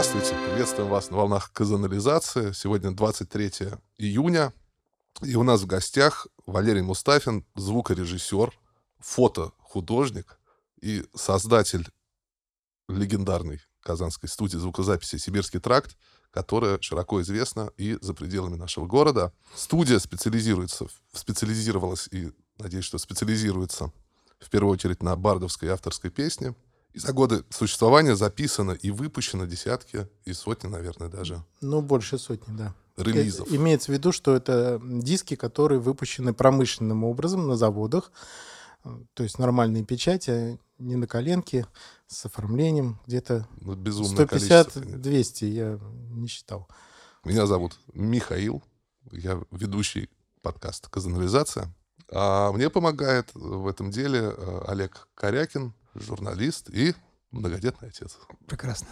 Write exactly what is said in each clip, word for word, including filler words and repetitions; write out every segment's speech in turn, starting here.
Здравствуйте, приветствуем вас на волнах казанализации. Сегодня двадцать третье июня, и у нас в гостях Валерий Мустафин, звукорежиссер, фотохудожник и создатель легендарной казанской студии звукозаписи «Сибирский тракт», которая широко известна и за пределами нашего города. Студия специализируется, специализировалась и, надеюсь, что специализируется в первую очередь на бардовской и авторской песне. И за годы существования записано и выпущено десятки и сотни, наверное, даже. Ну, больше сотни, да. Релизов. Это имеется в виду, что это диски, которые выпущены промышленным образом на заводах. То есть нормальные печати, не на коленке, с оформлением. Где-то Ну, безумное сто пятьдесят - количество. двести, я не считал. Меня зовут Михаил. Я ведущий подкаста «Казанализация». А мне помогает в этом деле Олег Корякин, журналист и многодетный отец. Прекрасно.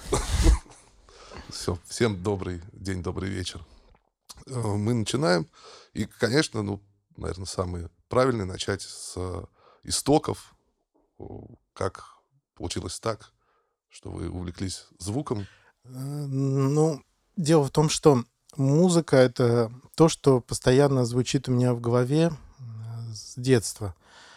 Все, всем добрый день, добрый вечер. Мы начинаем. И, конечно, ну, наверное, самое правильное начать с истоков. Как получилось так, что вы увлеклись звуком? Ну, дело в том, что музыка — это то, что постоянно звучит у меня в голове с детства.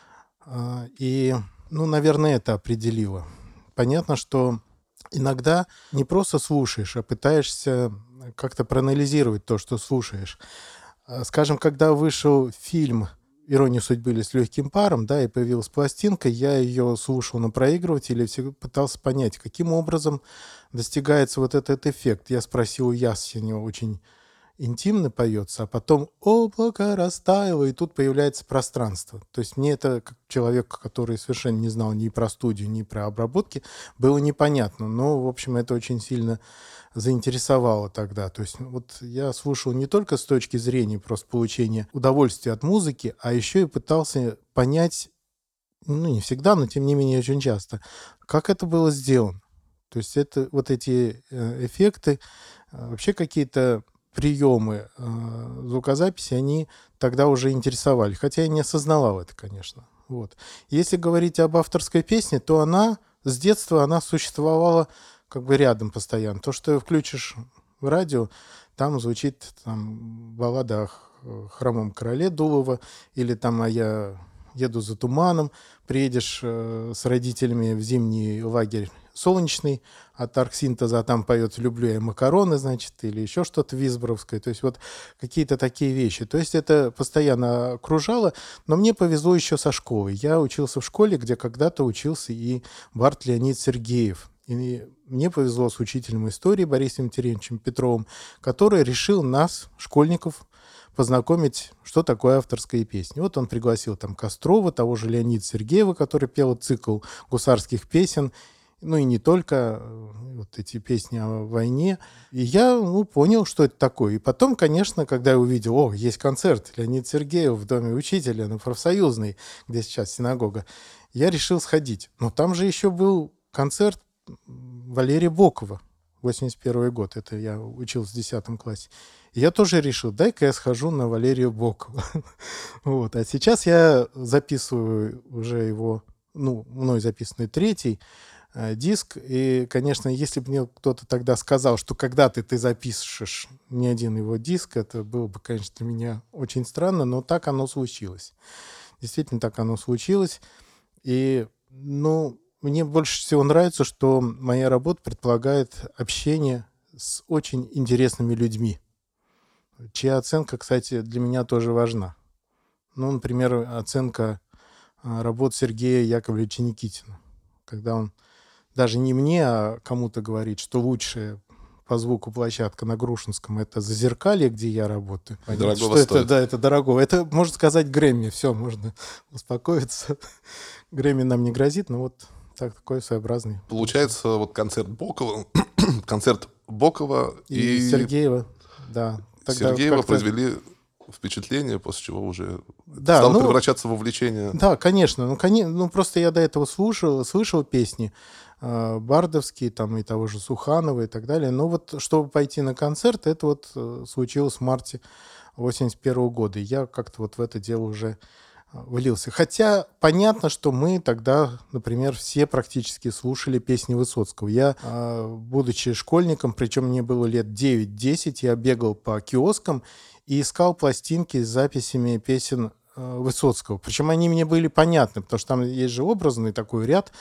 И, ну, наверное, это определило. Понятно, что иногда не просто слушаешь, а пытаешься как-то проанализировать то, что слушаешь. Скажем, когда вышел фильм «Ирония судьбы» или «С легким паром», да, и появилась пластинка, я ее слушал на проигрывателе и всегда пытался понять, каким образом достигается вот этот эффект. Я спросил у Ясенева, очень интимно поется, а потом облако растаяло, и тут появляется пространство. То есть мне это, как человек, который совершенно не знал ни про студию, ни про обработки, было непонятно. Но, в общем, это очень сильно заинтересовало тогда. То есть вот я слушал не только с точки зрения просто получения удовольствия от музыки, а еще и пытался понять, ну, не всегда, но тем не менее очень часто, как это было сделано. То есть это вот эти эффекты, вообще какие-то приемы э, звукозаписи, они тогда уже интересовали. Хотя я не осознавал это, конечно. Вот. Если говорить об авторской песне, то она с детства она существовала как бы рядом постоянно. То, что включишь в радио, там звучит там, баллада о хромом короле Дулова, или там «А я еду за туманом», приедешь э, с родителями в зимний лагерь солнечный, от Арксинтеза, а там поет «Люблю я макароны», значит, или еще что-то визборовское. То есть вот какие-то такие вещи. То есть это постоянно окружало, но мне повезло еще со школы. Я учился в школе, где когда-то учился и Барт Леонид Сергеев. И мне повезло с учителем истории Борисом Терентьевичем Петровым, который решил нас, школьников, познакомить, что такое авторская песня. Вот он пригласил там Кострова, того же Леонида Сергеева, который пел цикл гусарских песен, ну и не только вот эти песни о войне. И я ну, понял, что это такое. И потом, конечно, когда я увидел, о, есть концерт Леонида Сергеева в доме учителя на Профсоюзной, где сейчас синагога, я решил сходить. Но там же еще был концерт Валерия Бокова, восемьдесят первый год. Это я учился в десятом классе. И я тоже решил, дай-ка я схожу на Валерия Бокова. Вот. А сейчас я записываю уже его, ну, мной записанный третий диск, и, конечно, если бы мне кто-то тогда сказал, что когда-то ты запишешь не один его диск, это было бы, конечно, для меня очень странно, но так оно случилось. Действительно, так оно случилось. И, ну, мне больше всего нравится, что моя работа предполагает общение с очень интересными людьми, чья оценка, кстати, для меня тоже важна. Ну, например, оценка работ Сергея Яковлевича Никитина, когда он даже не мне, а кому-то говорит, что лучшая по звуку площадка на Грушинском — это «Зазеркалье», где я работаю. Дорогого что это, стоит. да, это дорого. Это, можно сказать, Грэмми. Все, можно успокоиться. Грэмми нам не грозит, но вот так, такой своеобразный. Получается, вот концерт Бокова, концерт Бокова и, и Сергеева, да. Тогда Сергеева вот произвели впечатление, после чего уже да, стало ну, превращаться в увлечение. Да, конечно. Ну, конечно, ну, просто я до этого слушал, слышал песни э, бардовские, там, и того же Суханова и так далее. Но вот, чтобы пойти на концерт, это вот э, случилось в марте восемьдесят первого года. И я как-то вот в это дело уже влился. Хотя понятно, что мы тогда, например, все практически слушали песни Высоцкого. Я, будучи школьником, причем мне было лет девять-десять, я бегал по киоскам и искал пластинки с записями песен Высоцкого. Причем они мне были понятны, потому что там есть же образный такой ряд.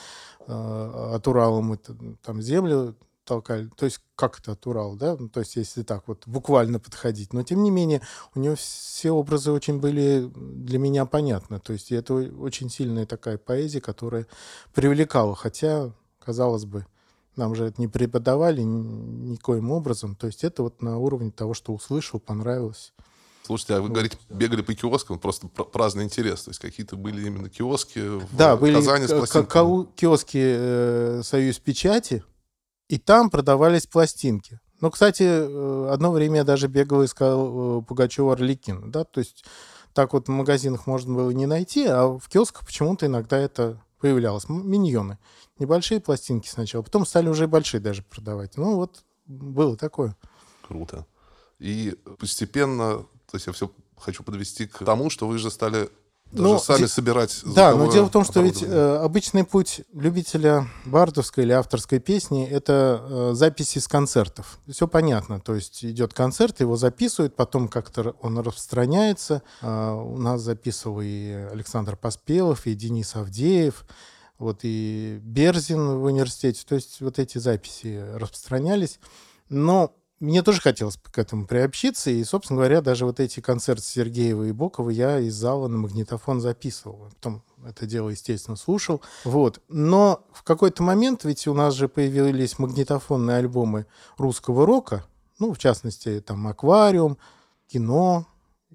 От Урала мы там землю толкали. То есть как это от Урала, да? Ну, то есть если так вот буквально подходить. Но тем не менее у него все образы очень были для меня понятны. То есть это очень сильная такая поэзия, которая привлекала. Хотя, казалось бы, нам же это не преподавали никоим образом. То есть это вот на уровне того, что услышал, понравилось. Слушайте, а вы, вот, говорите, бегали по киоскам, просто праздный интерес. То есть какие-то были именно киоски в да, Казани были с пластинками? киоски э, «Союз печати», и там продавались пластинки. Ну, кстати, одно время я даже бегал и искал Пугачева «Арлекин». Да? То есть так вот в магазинах можно было не найти, а в киосках почему-то иногда это появлялось. Миньоны. Небольшие пластинки сначала, потом стали уже большие даже продавать. Ну, вот было такое. Круто. И постепенно, то есть я все хочу подвести к тому, что вы же стали даже но, сами де... собирать. Да, но дело в том, что ведь э, обычный путь любителя бардовской или авторской песни — это э, записи с концертов. Все понятно. То есть идет концерт, его записывают, потом как-то он распространяется. Э, у нас записывал и Александр Поспелов, и Денис Авдеев, вот, и Берзин в университете. То есть вот эти записи распространялись. Но мне тоже хотелось к этому приобщиться, и, собственно говоря, даже вот эти концерты Сергеева и Бокова я из зала на магнитофон записывал. Потом это дело, естественно, слушал. Вот. Но в какой-то момент, ведь у нас же появились магнитофонные альбомы русского рока, ну, в частности, там «Аквариум», «Кино».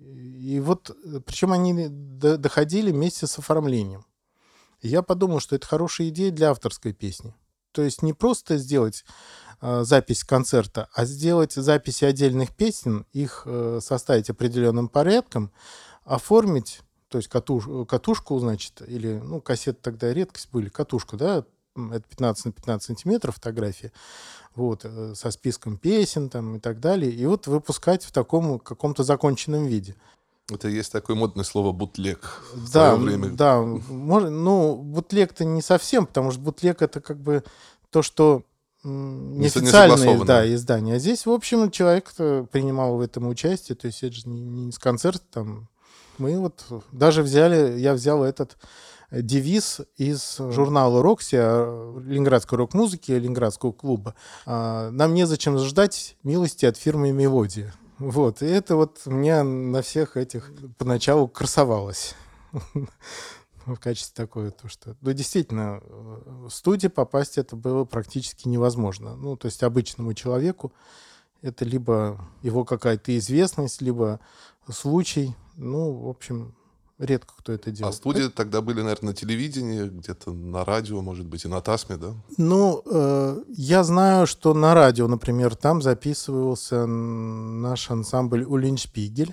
И вот, причем они доходили вместе с оформлением. И я подумал, что это хорошая идея для авторской песни. То есть не просто сделать запись концерта, а сделать записи отдельных песен, их э, составить определенным порядком, оформить, то есть катуш, катушку, значит, или, ну, кассеты тогда редкость были, катушка, да, это пятнадцать на пятнадцать сантиметров фотография, вот, э, со списком песен там и так далее, и вот выпускать в таком каком-то законченном виде. Это есть такое модное слово «бутлег» в да, свое время. Да, может, ну, бутлег-то не совсем, потому что бутлег — это как бы то, что неофициальное, да, издание. А здесь, в общем, человек принимал в этом участие, то есть это же не, не с концерта там. Мы вот даже взяли, я взял этот девиз из журнала «Рокси», ленинградской рок-музыки, ленинградского клуба. «Нам незачем ждать милости от фирмы «Мелодия». Вот, и это вот у меня на всех этих поначалу красовалось. В качестве такое, то что... Ну, действительно, в студию попасть это было практически невозможно. Ну, то есть обычному человеку это либо его какая-то известность, либо случай. Ну, в общем, редко кто это делал. А студии это... тогда были, наверное, на телевидении, где-то на радио, может быть, и на Тасме, да? Ну, э, я знаю, что на радио, например, там записывался наш ансамбль «Уллиншпигель».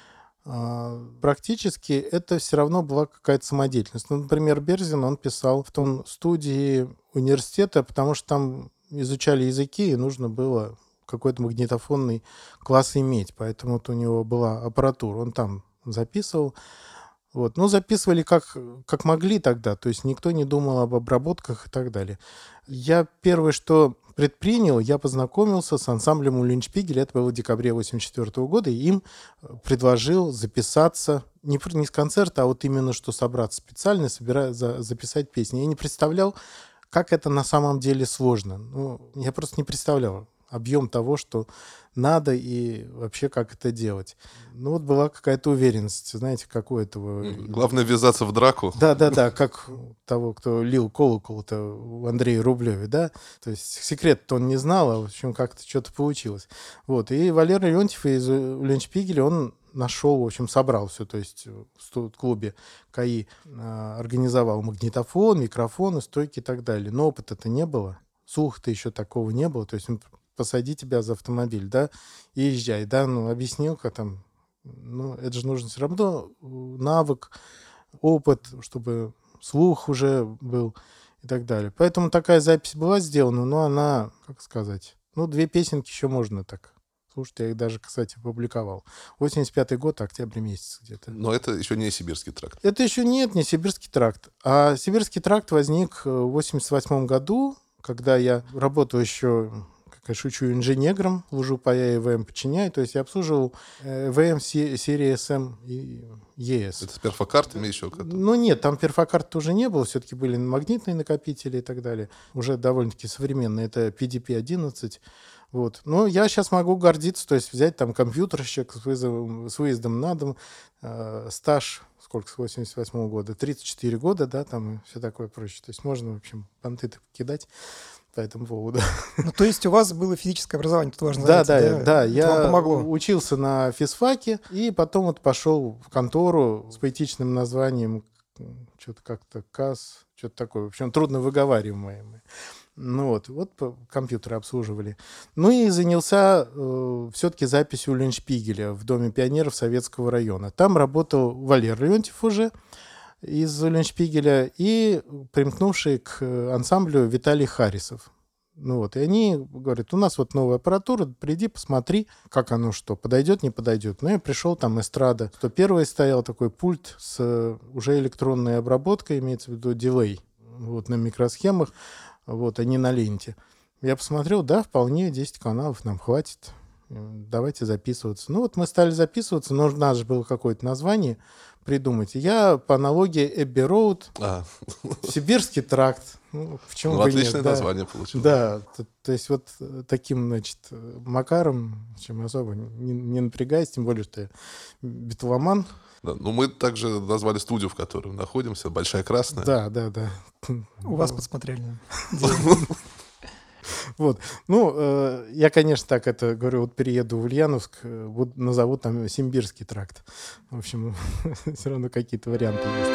Практически это все равно была какая-то самодеятельность. Ну, например, Берзин, он писал в том студии университета, потому что там изучали языки, и нужно было какой-то магнитофонный класс иметь. Поэтому вот у него была аппаратура, он там записывал. Вот. Ну, записывали как, как могли тогда, то есть никто не думал об обработках и так далее. Я первое, что предпринял, я познакомился с ансамблем «Уллиншпигель», это было в декабре восемьдесят четвёртого года, и им предложил записаться, не, не с концерта, а вот именно что собраться специально, собира, за, записать песни. Я не представлял, как это на самом деле сложно. Ну, я просто не представлял объем того, что надо и вообще как это делать. Ну вот была какая-то уверенность, знаете, как у этого... Главное ввязаться в драку. Да-да-да, как того, кто лил колокол-то у Андрея Рублеве, да. То есть секрет-то он не знал, а в общем как-то что-то получилось. Вот, и Валерий Леонтьев из «Уллиншпигеля», он нашел, в общем, собрал все, то есть в клубе КАИ организовал магнитофон, микрофоны, стойки и так далее. Но опыта-то не было, слуха-то еще такого не было, то есть он посади тебя за автомобиль, да, и езжай, да, ну, объяснил, как там, ну, это же нужно все равно навык, опыт, чтобы слух уже был и так далее. Поэтому такая запись была сделана, но она, как сказать, ну, две песенки еще можно так Слушайте, я их даже, кстати, опубликовал. восемьдесят пятый год, октябрь месяц где-то. Но это еще не Сибирский тракт. Это еще нет, не Сибирский тракт. А Сибирский тракт возник в восемьдесят восьмом году, когда я работал еще, как я шучу, инженером, лужу пая и ВМ подчиняю. То есть я обслуживал э, ВМ се- серии СМ и ЕС. Это с перфокартами еще как-то? Ну нет, там перфокарт уже не было, все-таки были магнитные накопители и так далее. Уже довольно-таки современные. Это пи ди пи одиннадцать. Вот. Но я сейчас могу гордиться, то есть взять там компьютерщик с, вызовом, с выездом на дом, э, стаж, сколько, с восемьдесят восьмого года, тридцать четыре года, да, там и все такое прочее. То есть можно, в общем, понты кидать по этому поводу. Ну, то есть у вас было физическое образование, тут важно Да, заметить, да, да? да. Это Я вам помогло. учился на физфаке и потом вот пошел в контору с поэтичным названием, что-то как-то КАС, что-то такое. В общем, трудно выговариваемое. Ну вот, вот по- компьютеры обслуживали. Ну и занялся э, все-таки записью Леншпигеля в Доме пионеров Советского района. Там работал Валер Леонтьев уже из Леншпигеля и примкнувший к э, ансамблю Виталий Харисов. Ну вот, и они говорят, у нас вот новая аппаратура, приди, посмотри, как оно что, подойдет, не подойдет. Ну, я пришел, там эстрада. сто первый стоял такой пульт с э, уже электронной обработкой, имеется в виду дилей, вот, на микросхемах, вот, а не на ленте. Я посмотрел, да, вполне десять каналов нам хватит, давайте записываться. Ну вот мы стали записываться, но у нас же было какое-то название придумать. Я по аналогии Эбби Роуд, А, Сибирский тракт. Ну, в чем ну, бы отличное нет, да. название получилось. Да, то, то есть вот э, таким, значит, э, макаром, чем особо не, не напрягаясь, тем более, что я битломан. Да, ну, мы также назвали студию, в которой мы находимся, «Большая красная». Да, да, да. У вас подсмотрели. Вот. Ну, э, я, конечно, так это говорю, вот перееду в Ульяновск, э, вот назову там Симбирский тракт. В общем, все равно какие-то варианты есть.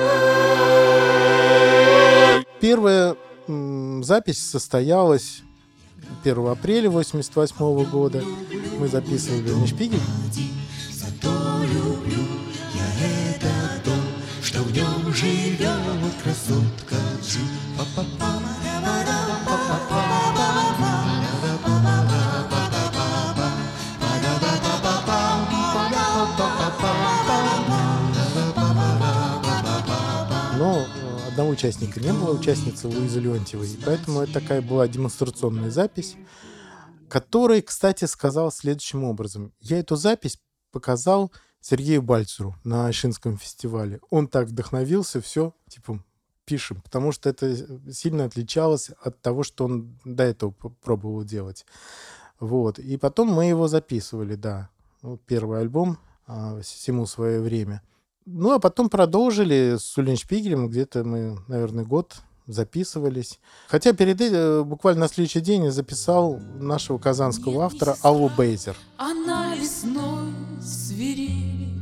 Первая м, запись состоялась первого апреля восемьдесят восьмого года. Мы записывали Леншпигель. Зато люблю я этот дом, что в нем живет красотка Джи. Но э, одного участника не было, участницы Луизы Леонтьевой. И поэтому это такая была демонстрационная запись, который, кстати, сказал следующим образом. Я эту запись показал Сергею Бальцеру на Ишинском фестивале. Он так вдохновился, все, типа, пишем, потому что это сильно отличалось от того, что он до этого п- пробовал делать. Вот. И потом мы его записывали, да. Вот первый альбом а, «Всему свое время». Ну, а потом продолжили с Ульяншпигелем. Где-то мы, наверное, год записывались. Хотя перед этим, буквально на следующий день, я записал нашего казанского автора Аллу Бейзер. Она весной свирели,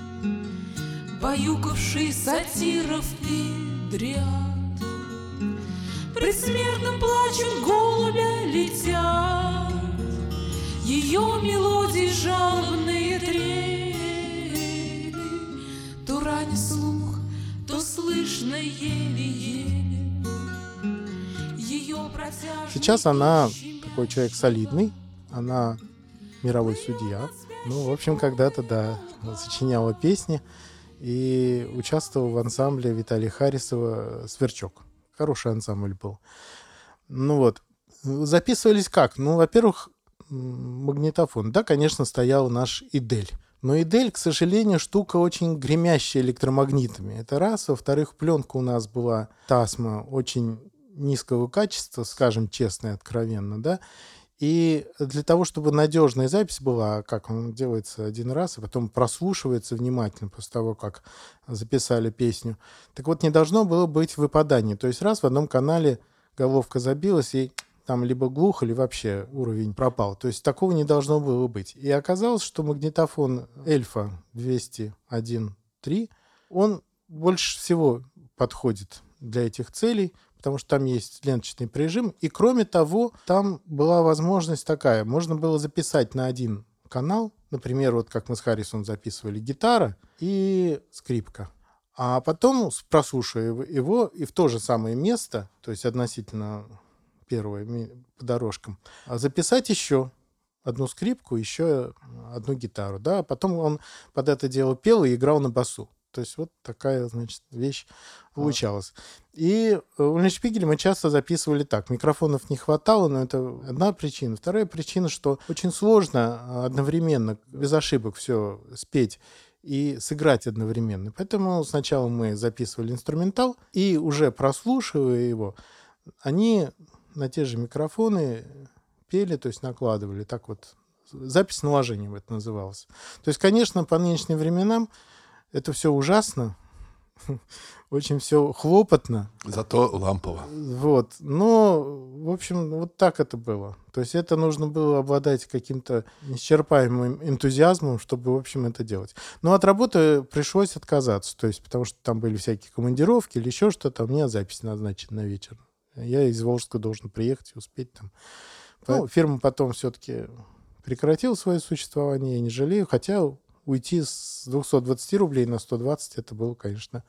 баюкавший сатиров и дриад, предсмертным плачем голубя летят ее мелодии жалобные трели, то ранит слух, то слышно еле-еле ее протяжный. Сейчас она такой человек солидный, она мировой судья. Ну, в общем, когда-то, да, сочиняла песни и участвовал в ансамбле Виталия Харисова «Сверчок». Хороший ансамбль был. Ну вот. Записывались как? Ну, во-первых, м, магнитофон. Да, конечно, стоял наш Идель. Но Идель, к сожалению, штука очень гремящая электромагнитами. Это раз. Во-вторых, пленка у нас была Тасма очень низкого качества, скажем честно и откровенно, да. И для того, чтобы надежная запись была, как он делается один раз, и потом прослушивается внимательно после того, как записали песню, так вот не должно было быть выпаданий. То есть раз в одном канале головка забилась, и там либо глухо, либо вообще уровень пропал. То есть такого не должно было быть. И оказалось, что магнитофон Эльфа двести один три, он больше всего подходит для этих целей, потому что там есть ленточный прижим. И кроме того, там была возможность такая. Можно было записать на один канал, например, вот как мы с Харрисоном записывали, гитара и скрипка. А потом, прослушивая его, и в то же самое место, то есть относительно первое, ми- по дорожкам, а записать еще одну скрипку, еще одну гитару, да, потом он под это дело пел и играл на басу. То есть вот такая, значит, вещь получалась. И у Линшпигеля мы часто записывали так. Микрофонов не хватало, но это одна причина. Вторая причина, что очень сложно одновременно, без ошибок все спеть и сыграть одновременно. Поэтому сначала мы записывали инструментал, и уже прослушивая его, они на те же микрофоны пели, то есть накладывали. Так вот, запись наложением это называлось. То есть, конечно, по нынешним временам это все ужасно, очень все хлопотно. Зато лампово. Вот. Но, в общем, вот так это было. То есть это нужно было обладать каким-то неисчерпаемым энтузиазмом, чтобы, в общем, это делать. Но от работы пришлось отказаться. То есть потому что там были всякие командировки или еще что-то. У меня запись назначена на вечер. Я из Волжска должен приехать и успеть там. Ну, фирма потом все-таки прекратила свое существование, я не жалею. Хотя уйти с двухсот двадцати рублей на сто двадцать, это было, конечно,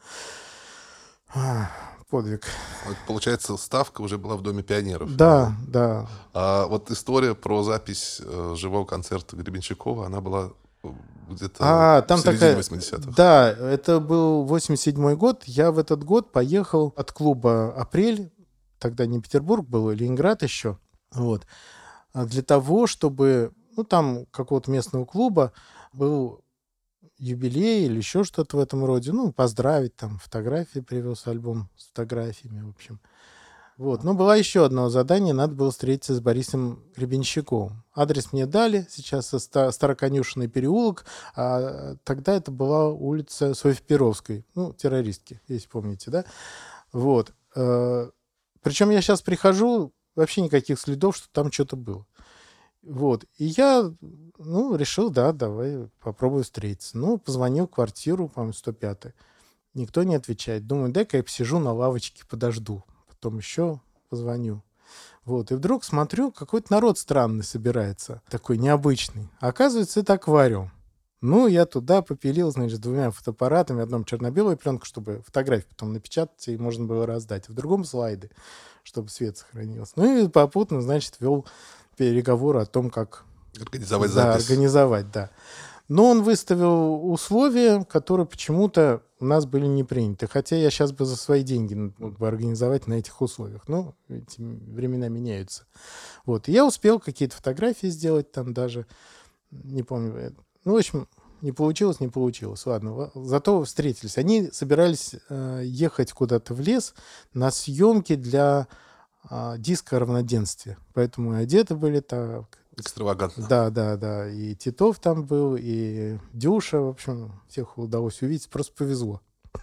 подвиг. Вот, получается, ставка уже была в Доме пионеров. Да, да. А вот история про запись э, живого концерта Гребенщикова, она была где-то а, в там середине такая... восьмидесятых. Да, это был восемьдесят седьмой год. Я в этот год поехал от клуба «Апрель», тогда не Петербург был, а Ленинград еще, вот, для того, чтобы... Ну, там какого-то местного клуба был юбилей или еще что-то в этом роде. Ну, поздравить, там, фотографии привез, альбом с фотографиями, в общем. Вот. Но было еще одно задание, надо было встретиться с Борисом Гребенщиковым. Адрес мне дали, сейчас Староконюшенный переулок, а тогда это была улица Софьи-Перовской, ну, террористки, если помните, да? Вот. Причем я сейчас прихожу, вообще никаких следов, что там что-то было. Вот. И я, ну, решил, да, давай попробую встретиться. Ну, позвонил в квартиру, по-моему, сто пятая. Никто не отвечает. Думаю, дай-ка я посижу на лавочке, подожду. Потом еще позвоню. Вот. И вдруг смотрю, какой-то народ странный собирается. Такой необычный. А оказывается, это аквариум. Ну, я туда попилил, значит, двумя фотоаппаратами. В одном черно-белую пленку, чтобы фотографии потом напечатать, и можно было раздать. В другом слайды, чтобы свет сохранился. Ну, и попутно, значит, вел переговоры о том, как организовать да, запись. организовать, да. Но он выставил условия, которые почему-то у нас были не приняты. Хотя я сейчас бы за свои деньги мог бы организовать на этих условиях. Но эти времена меняются. Вот. И я успел какие-то фотографии сделать там даже. Не помню. Ну, в общем, не получилось, не получилось. Ладно, зато встретились. Они собирались э, ехать куда-то в лес на съемки для э, диска равноденствия. Поэтому и одеты были так. Экстравагантно. Да, да, да. И Титов там был, и Дюша. В общем, всех удалось увидеть. Просто повезло.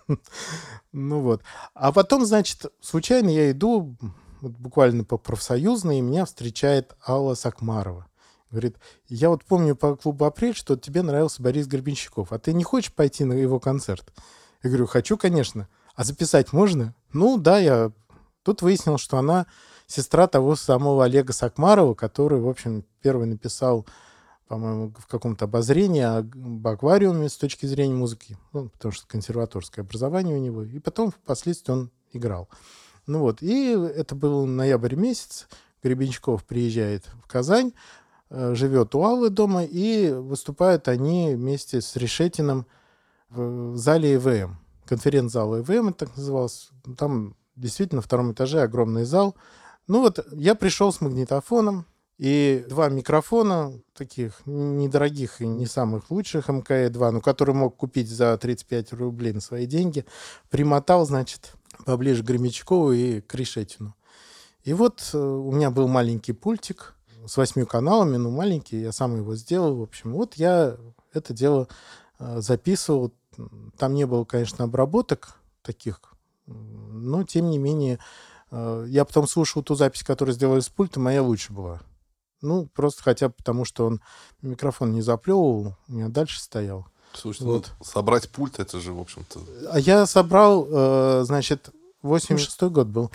Ну вот. А потом, значит, случайно я иду буквально по профсоюзной, и меня встречает Алла Сакмарова. Говорит, я вот помню по клубу «Апрель», что тебе нравился Борис Гребенщиков. А ты не хочешь пойти на его концерт? Я говорю, хочу, конечно. А записать можно? Ну, да, я... Тут выяснил, что она сестра того самого Олега Сакмарова, который, в общем, первый написал, по-моему, в каком-то обозрении об аквариуме с точки зрения музыки. Ну, потому что консерваторское образование у него. И потом впоследствии он играл. Ну вот. И это был ноябрь месяц. Гребенщиков приезжает в Казань, живет у Аллы дома, и выступают они вместе с Решетиным в зале ЭВМ. Конференц-зал ЭВМ, это так называлось. Там действительно на втором этаже огромный зал. Ну вот я пришел с магнитофоном, и два микрофона, таких недорогих и не самых лучших, эм ка э два, ну, который мог купить за тридцать пять рублей на свои деньги, примотал, значит, поближе к Гребенщикову и к Решетину. И вот у меня был маленький пультик с восьмью каналами, ну, маленький, я сам его сделал, в общем. Вот я это дело записывал. Там не было, конечно, обработок таких, но, тем не менее, я потом слушал ту запись, которую сделали с пультом, моя лучше была. Ну, просто хотя бы потому, что он микрофон не заплевывал, у меня дальше стоял. Слушайте, вот. Ну, собрать пульт, это же, в общем-то... А я собрал, значит, восемьдесят шестой год был.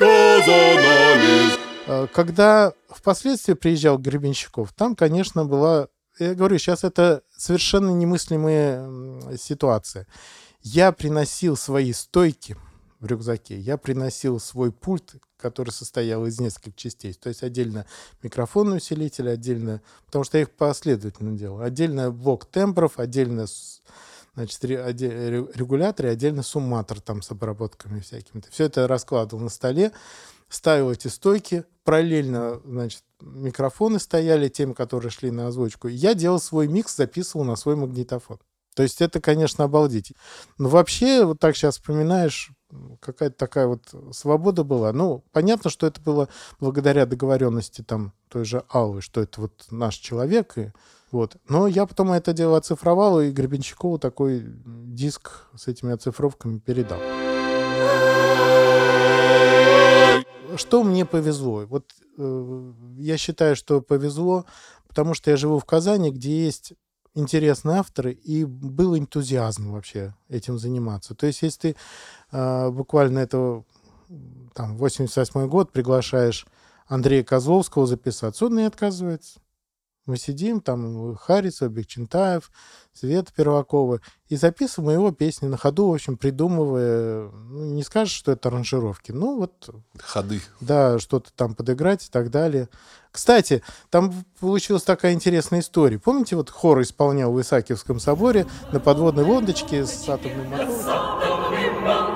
Когда впоследствии приезжал Гребенщиков, там, конечно, была... Я говорю, сейчас это совершенно немыслимая ситуация. Я приносил свои стойки в в рюкзаке, я приносил свой пульт, который состоял из нескольких частей. То есть отдельно микрофонный усилитель, отдельно... Потому что я их последовательно делал. Отдельно блок тембров, отдельно, значит, регулятор и отдельно сумматор там с обработками всякими. Все это раскладывал на столе, ставил эти стойки. Параллельно, значит, микрофоны стояли тем, которые шли на озвучку. Я делал свой микс, записывал на свой магнитофон. То есть это, конечно, обалдеть. Но вообще, вот так сейчас вспоминаешь, какая-то такая вот свобода была. Ну, понятно, что это было благодаря договоренности там той же Аллы, что это вот наш человек. И, вот. Но я потом это дело оцифровал, и Гребенщикову такой диск с этими оцифровками передал. Что мне повезло? Вот э, я считаю, что повезло, потому что я живу в Казани, где есть интересные авторы, и был энтузиазм вообще этим заниматься. То есть, если ты э, буквально это, там, восемьдесят восьмой год приглашаешь Андрея Козловского записаться, он не отказывается. Мы сидим, там, Харисов, Бекчентаев, Света Первакова, и записываем его песни на ходу, в общем, придумывая, ну, не скажешь, что это аранжировки, ну, вот... Ходы. Да, что-то там подыграть и так далее. Кстати, там получилась такая интересная история. Помните, вот хор исполнял в Исаакиевском соборе на подводной лодочке с атомным мотором?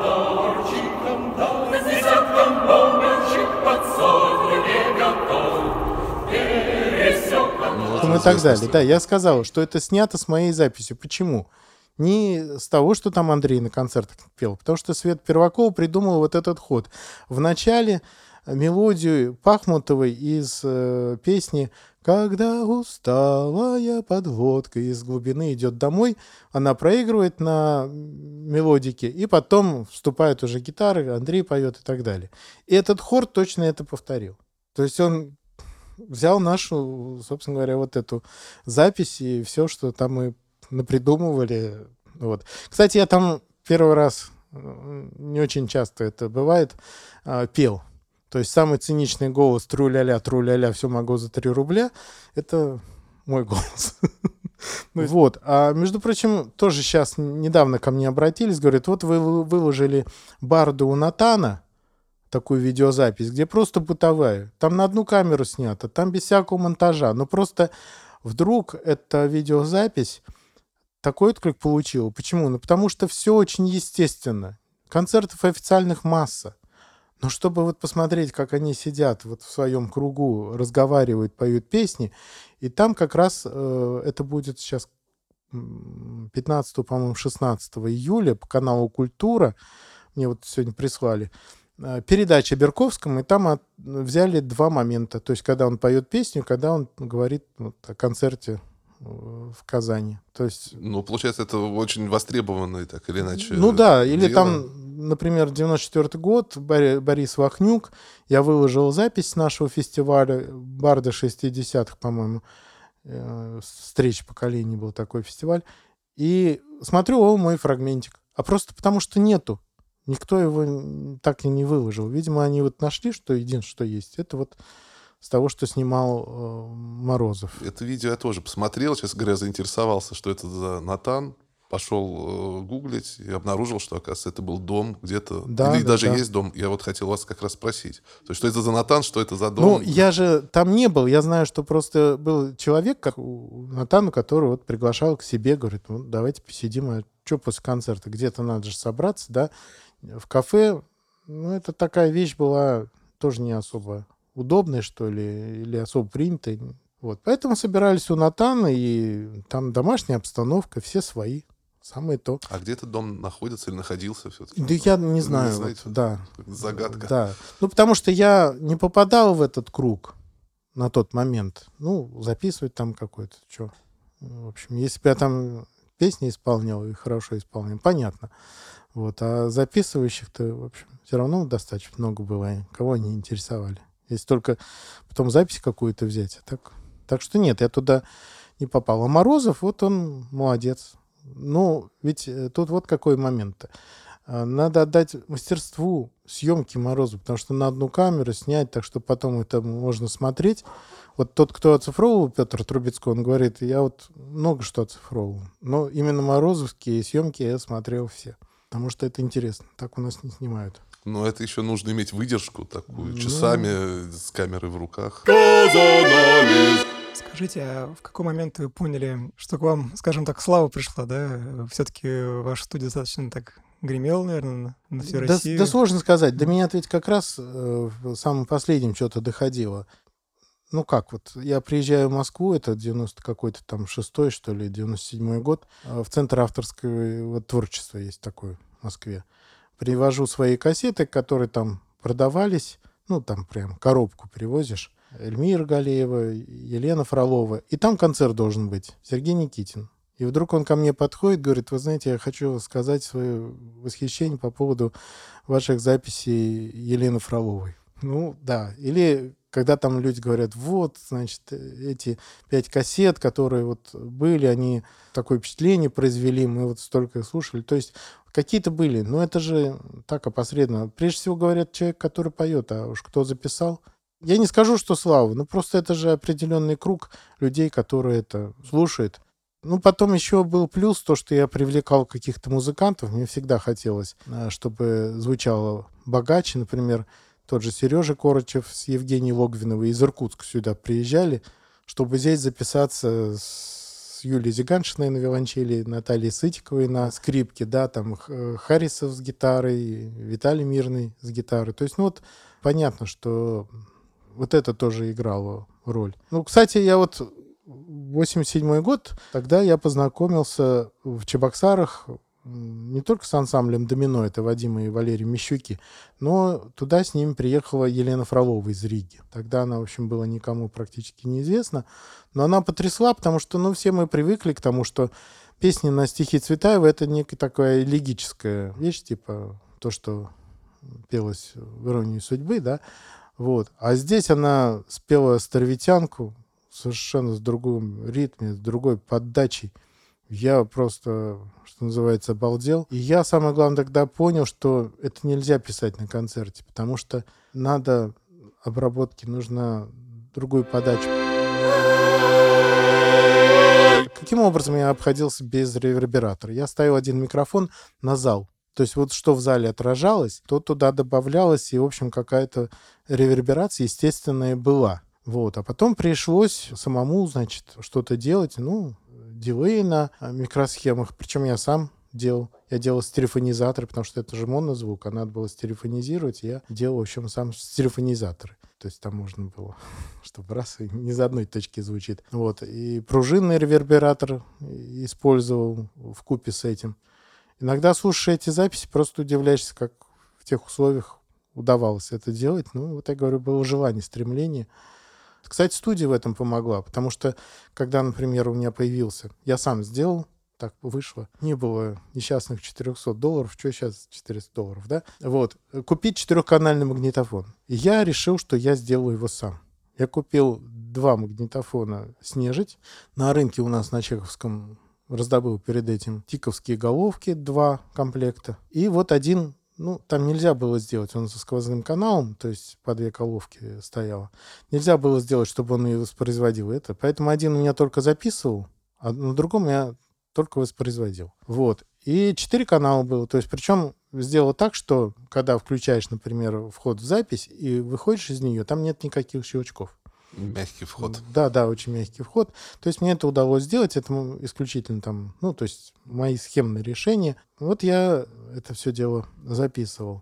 Ну, и так далее. Да, я сказал, что это снято с моей записью. Почему? Не с того, что там Андрей на концертах пел, потому что Света Первакова придумала вот этот ход. В начале мелодию Пахмутовой из э, песни «Когда усталая подлодка из глубины идет домой», она проигрывает на мелодике, и потом вступают уже гитары, Андрей поет и так далее. И этот хор точно это повторил. То есть он взял нашу, собственно говоря, вот эту запись и все, что там мы напридумывали. Вот. Кстати, я там первый раз, не очень часто это бывает, пел. То есть самый циничный голос «тру-ля-ля, тру-ля-ля, все могу за три рубля» — это мой голос. Вот. А, между прочим, тоже сейчас недавно ко мне обратились, говорят, вот вы выложили барду у Натана, такую видеозапись, где просто бытовая. Там на одну камеру снято, там без всякого монтажа. Но просто вдруг эта видеозапись такой отклик получила. Почему? Ну, потому что все очень естественно. Концертов официальных масса. Но чтобы вот посмотреть, как они сидят вот в своем кругу, разговаривают, поют песни, и там как раз э, это будет сейчас пятнадцатого, по-моему, шестнадцатого июля по каналу «Культура», мне вот сегодня прислали, передача Берковскому, и там от, взяли два момента. То есть, когда он поет песню, когда он говорит вот, о концерте в Казани. То есть... Ну, получается, это очень востребованный, так или иначе. Ну да, или дело. там, например, девяносто четвёртый год, Борис Вахнюк, я выложил запись нашего фестиваля «Барды шестидесятых», по-моему, «Встреча поколений» был такой фестиваль, и смотрю, о, мой фрагментик. А просто потому, что нету. Никто его так и не выложил. Видимо, они вот нашли, что единственное, что есть, это вот с того, что снимал э, Морозов. Это видео я тоже посмотрел, честно говоря, заинтересовался, что это за Натан. Пошел э, гуглить и обнаружил, что, оказывается, это был дом где-то. Да, Или да, даже да. есть дом. Я вот хотел вас как раз спросить. То есть, что это за Натан, что это за дом? Ну, я же там не был. Я знаю, что просто был человек, как у Натана, который вот приглашал к себе, говорит, ну, давайте посидим, а что после концерта? Где-то надо же собраться, да? В кафе. Ну, это такая вещь была тоже не особо удобная, что ли, или особо принятая. Вот. Поэтому собирались у Натана, и там домашняя обстановка, все свои. Самое то. А где этот дом находится или находился все-таки? Да я не Вы знаю. знаете? Вот, да. Загадка. Да. Ну, потому что я не попадал в этот круг на тот момент. Ну, записывать там какой-то, что. В общем, если бы я там песни исполнял и хорошо исполнял, понятно. Вот. А записывающих-то, в общем, все равно достаточно много было, кого они интересовали. Если только потом запись какую-то взять. А так, так что нет, я туда не попал. А Морозов, вот он молодец. Ну, ведь тут вот какой момент-то. Надо отдать мастерству съемки Морозу, потому что на одну камеру снять, так что потом это можно смотреть. Вот тот, кто оцифровывал, Петр Трубецкой, он говорит, я вот много что оцифровывал. Но именно морозовские съемки я смотрел все. потому что это интересно. Так у нас не снимают. Но это еще нужно иметь выдержку такую, Ну. часами с камерой в руках. Скажите, а в какой момент вы поняли, что к вам, скажем так, слава пришла, да? Все-таки ваша студия достаточно так гремела, наверное, на всю Да, Россию. да сложно сказать. До меня ведь как раз э, в самом последнем что-то доходило. Ну как, вот я приезжаю в Москву, это девяносто какой-то там шестой, что ли, девяносто седьмой год, э, в Центр авторского вот, творчества есть такой в Москве. Привожу свои кассеты, которые там продавались, ну там прям коробку привозишь. Эльмира Галеева, Елена Фролова. И там концерт должен быть. Сергей Никитин. И вдруг он ко мне подходит, говорит: вы знаете, я хочу сказать свое восхищение по поводу ваших записей Елены Фроловой. Ну, да. Или когда там люди говорят: вот, значит, эти пять кассет, которые вот были, они такое впечатление произвели, мы вот столько их слушали. То есть какие-то были, но это же так опосредованно. Прежде всего говорят человек, который поет, а уж кто записал. Я не скажу, что слава, но просто это же определенный круг людей, которые это слушают. Ну, потом еще был плюс, то, что я привлекал каких-то музыкантов. Мне всегда хотелось, чтобы звучало богаче. Например, тот же Сережа Корочев с Евгенией Логвиновой из Иркутска сюда приезжали, чтобы здесь записаться с Юлией Зиганшиной на виолончели, Натальей Сытиковой на скрипке, да, там Харрисов с гитарой, Виталий Мирный с гитарой. То есть, ну вот, понятно, что вот это тоже играло роль. Ну, кстати, я вот восемьдесят седьмой год, тогда я познакомился в Чебоксарах не только с ансамблем «Домино», это Вадим и Валерий Мещуки, но туда с ними приехала Елена Фролова из Риги. Тогда она, в общем, была никому практически неизвестна, но она потрясла, потому что, ну, все мы привыкли к тому, что песни на стихи Цветаева — это некая такая элегическая вещь, типа то, что пелось в «Иронии судьбы», да. Вот. А здесь она спела «Старовитянку» совершенно с другом ритме, с другой поддачей. Я просто, что называется, обалдел. И я, самое главное, тогда понял, что это нельзя писать на концерте, потому что надо обработки, нужна другую подачу. Каким образом я обходился без ревербератора? Я ставил один микрофон на зал. То есть вот что в зале отражалось, то туда добавлялось, и, в общем, какая-то реверберация естественная была. Вот. А потом пришлось самому, значит, что-то делать, ну, дилей на микросхемах, причем я сам делал. Я делал стереофонизаторы, потому что это же монозвук, а надо было стереофонизировать. Я делал, в общем, сам стереофонизаторы. То есть там можно было, чтобы раз и не за одной точки звучит. Вот. И пружинный ревербератор использовал вкупе с этим. Иногда, слушая эти записи, просто удивляешься, как в тех условиях удавалось это делать. Ну, вот я говорю, было желание, стремление. Кстати, студия в этом помогла, потому что, когда, например, у меня появился, я сам сделал, так вышло, не было несчастных четыреста долларов, что сейчас четыреста долларов, да? Вот, купить четырехканальный магнитофон. И я решил, что я сделаю его сам. Я купил два магнитофона «Снежить». На рынке у нас на Чеховском раздобыл перед этим тиковские головки, два комплекта. И вот один, ну, там нельзя было сделать, он со сквозным каналом, то есть по две головки стояло. Нельзя было сделать, чтобы он и воспроизводил это. Поэтому один у меня только записывал, а на другом я только воспроизводил. Вот. И четыре канала было. То есть, причем сделал так, что когда включаешь, например, вход в запись и выходишь из нее, там нет никаких щелчков. Мягкий вход. Да, да, очень мягкий вход. То есть мне это удалось сделать, это исключительно там, ну, то есть мои схемные решения. Вот я это все дело записывал.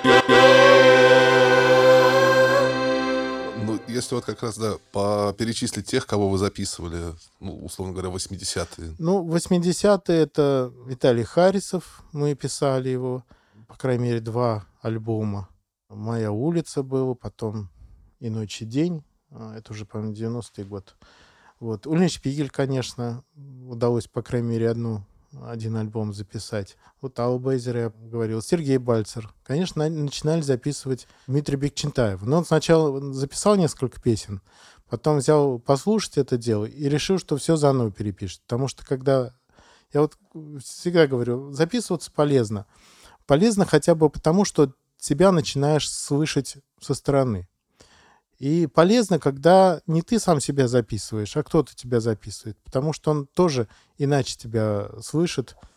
Ну, если вот как раз, да, по перечислить тех, кого вы записывали, ну, условно говоря, восьмидесятые. Ну, восьмидесятые это Виталий Харрисов, мы писали его, по крайней мере, два альбома. «Моя улица» был, потом «И ночь, и день». Это уже, по-моему, девяностый год. Вот. Ульрих Шпигель, конечно, удалось, по крайней мере, одну, один альбом записать. Вот Алла Бейзер, я говорил. Сергей Бальцер. Конечно, начинали записывать Дмитрия Бекчентаева. Но он сначала записал несколько песен, потом взял послушать это дело и решил, что все заново перепишет. Потому что когда... Я вот всегда говорю, записываться полезно. Полезно хотя бы потому, что себя начинаешь слышать со стороны. И полезно, когда не ты сам себя записываешь, а кто-то тебя записывает, потому что он тоже иначе тебя слышит,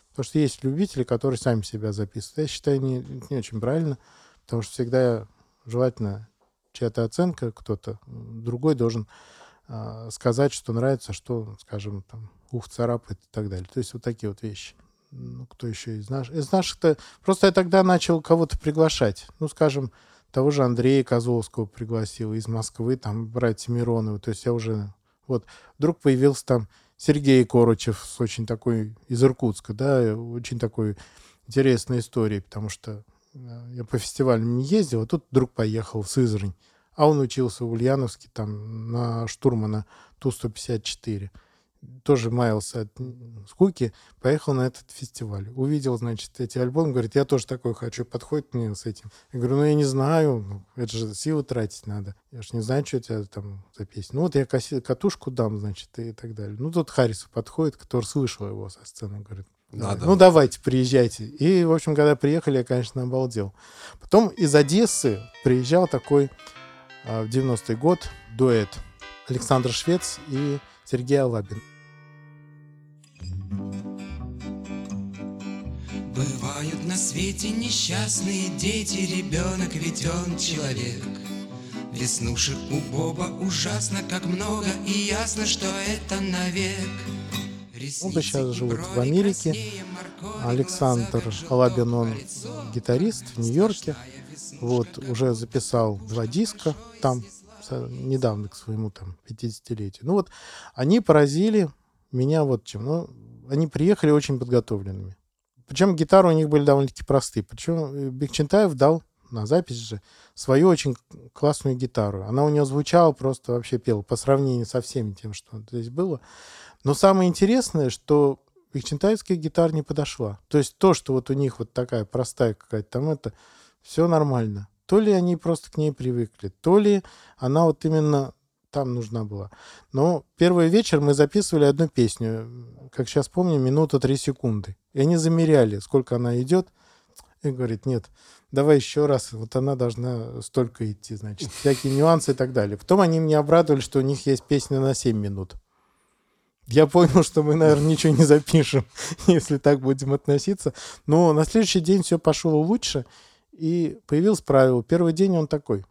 Потому что есть любители, которые сами себя записывают. Я считаю, не, не очень правильно, потому что всегда желательно чья-то оценка, кто-то другой должен э, сказать, что нравится, что, скажем, там, ух, царапает и так далее. То есть вот такие вот вещи. Ну, кто еще из наших? Из наших-то... Просто я тогда начал кого-то приглашать. Ну, скажем, того же Андрея Козловского пригласил из Москвы, там, братья Мироновы. То есть я уже... Вот, вдруг появился там Сергей Корочев с очень такой... Из Иркутска, да, очень такой интересной историей, потому что я по фестивалям не ездил, а тут вдруг поехал в Сызрань. А он учился в Ульяновске, там, на штурмана Ту сто пятьдесят четыре. Тоже маялся от скуки, поехал на этот фестиваль. Увидел, значит, эти альбомы, говорит, я тоже такой хочу, подходит мне с этим. Я говорю, ну я не знаю, это же силы тратить надо. Я же не знаю, что у тебя там за песня. Ну вот я катушку дам, значит, и так далее. Ну тут Харрисов подходит, который слышал его со сцены, говорит, Надо. ну давайте, приезжайте. И, в общем, когда приехали, я, конечно, обалдел. Потом из Одессы приезжал такой в девяностый год дуэт Александр Швец и Сергей Алабин. Бывают на свете несчастные дети, ребенок, ведь он человек. Веснушек у Боба ужасно, как много, и ясно, что это навек. Он сейчас живет в Америке. Александр Алабин, он гитарист в Нью-Йорке. Вот, уже записал два диска там, недавно к своему там пятидесятилетию. Ну вот, они поразили меня вот чем. Ну, они приехали очень подготовленными. Причем гитары у них были довольно-таки простые. Причем Бекчентаев дал на запись же свою очень классную гитару. Она у него звучала, просто вообще пела по сравнению со всем тем, что здесь было. Но самое интересное, что бекчентаевская гитара не подошла. То есть то, что вот у них вот такая простая какая-то там, это все нормально. То ли они просто к ней привыкли, то ли она вот именно там нужна была. Но первый вечер мы записывали одну песню, как сейчас помню, минута три секунды. И они замеряли, сколько она идет. И говорит, нет, давай еще раз, вот она должна столько идти, значит, всякие нюансы и так далее. Потом они мне обрадовали, что у них есть песня на семь минут. Я понял, что мы, наверное, ничего не запишем, если так будем относиться. Но на следующий день все пошло лучше, и появилось правило. Первый день он такой.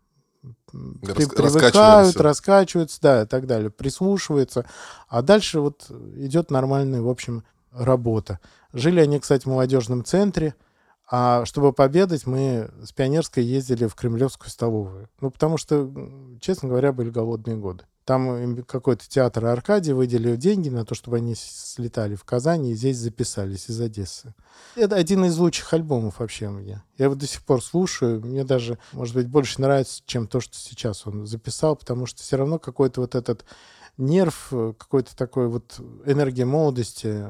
Рас, привыкают, раскачиваются, да, и так далее, прислушиваются. А дальше вот идет нормальная, в общем, работа. Жили они, кстати, в молодежном центре. А чтобы пообедать, мы с Пионерской ездили в Кремлевскую столовую. Ну, потому что, честно говоря, были голодные годы. Там им какой-то театр Аркадий выделил деньги на то, чтобы они слетали в Казань и здесь записались из Одессы. Это один из лучших альбомов вообще у меня. Я его до сих пор слушаю. Мне даже, может быть, больше нравится, чем то, что сейчас он записал, потому что все равно какой-то вот этот нерв, какой-то такой вот энергия молодости,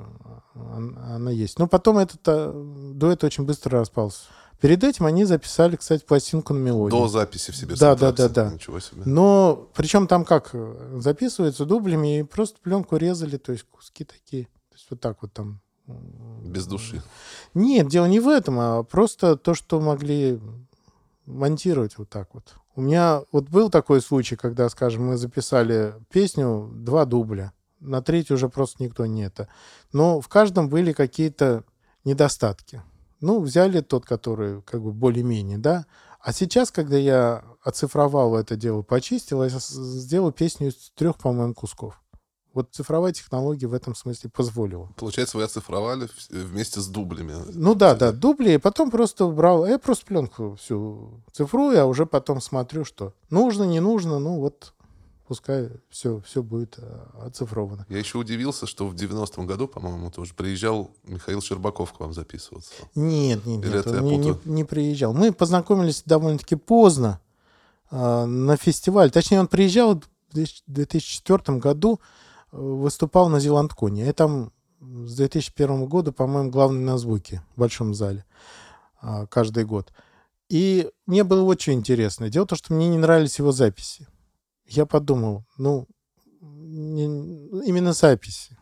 она есть. Но потом этот дуэт очень быстро распался. Перед этим они записали, кстати, пластинку на мелодию. До записи в себе. Да, да, да, да. Ничего себе. Но причем там как записываются дублями и просто пленку резали, то есть куски такие. То есть вот так вот там. Без души. Нет, дело не в этом, а просто то, что могли монтировать вот так вот. У меня вот был такой случай, когда, скажем, мы записали песню, два дубля. На третий уже просто никто не это. Но в каждом были какие-то недостатки. Ну, взяли тот, который как бы более-менее, да. А сейчас, когда я оцифровал это дело, почистил, я сделал песню из трех, по-моему, кусков. Вот цифровая технология в этом смысле позволила. Получается, вы оцифровали вместе с дублями. Ну да, да, дубли, и потом просто брал, я просто пленку всю цифрую, а уже потом смотрю, что нужно, не нужно, ну вот пускай все, все будет оцифровано. Я еще удивился, что в девяностом году, по-моему, тоже приезжал Михаил Щербаков к вам записываться. Нет, нет, Или нет, это он я не, не, путаю? не приезжал. Мы познакомились довольно-таки поздно э, на фестиваль. Точнее, он приезжал в две тысячи четвёртом году, э, выступал на Зеландконе. Я там с две тысячи первого года, по-моему, главный на звуке в Большом зале э, каждый год. И мне было очень интересно. Дело в том, что мне не нравились его записи. Я подумал, ну, не, именно записи.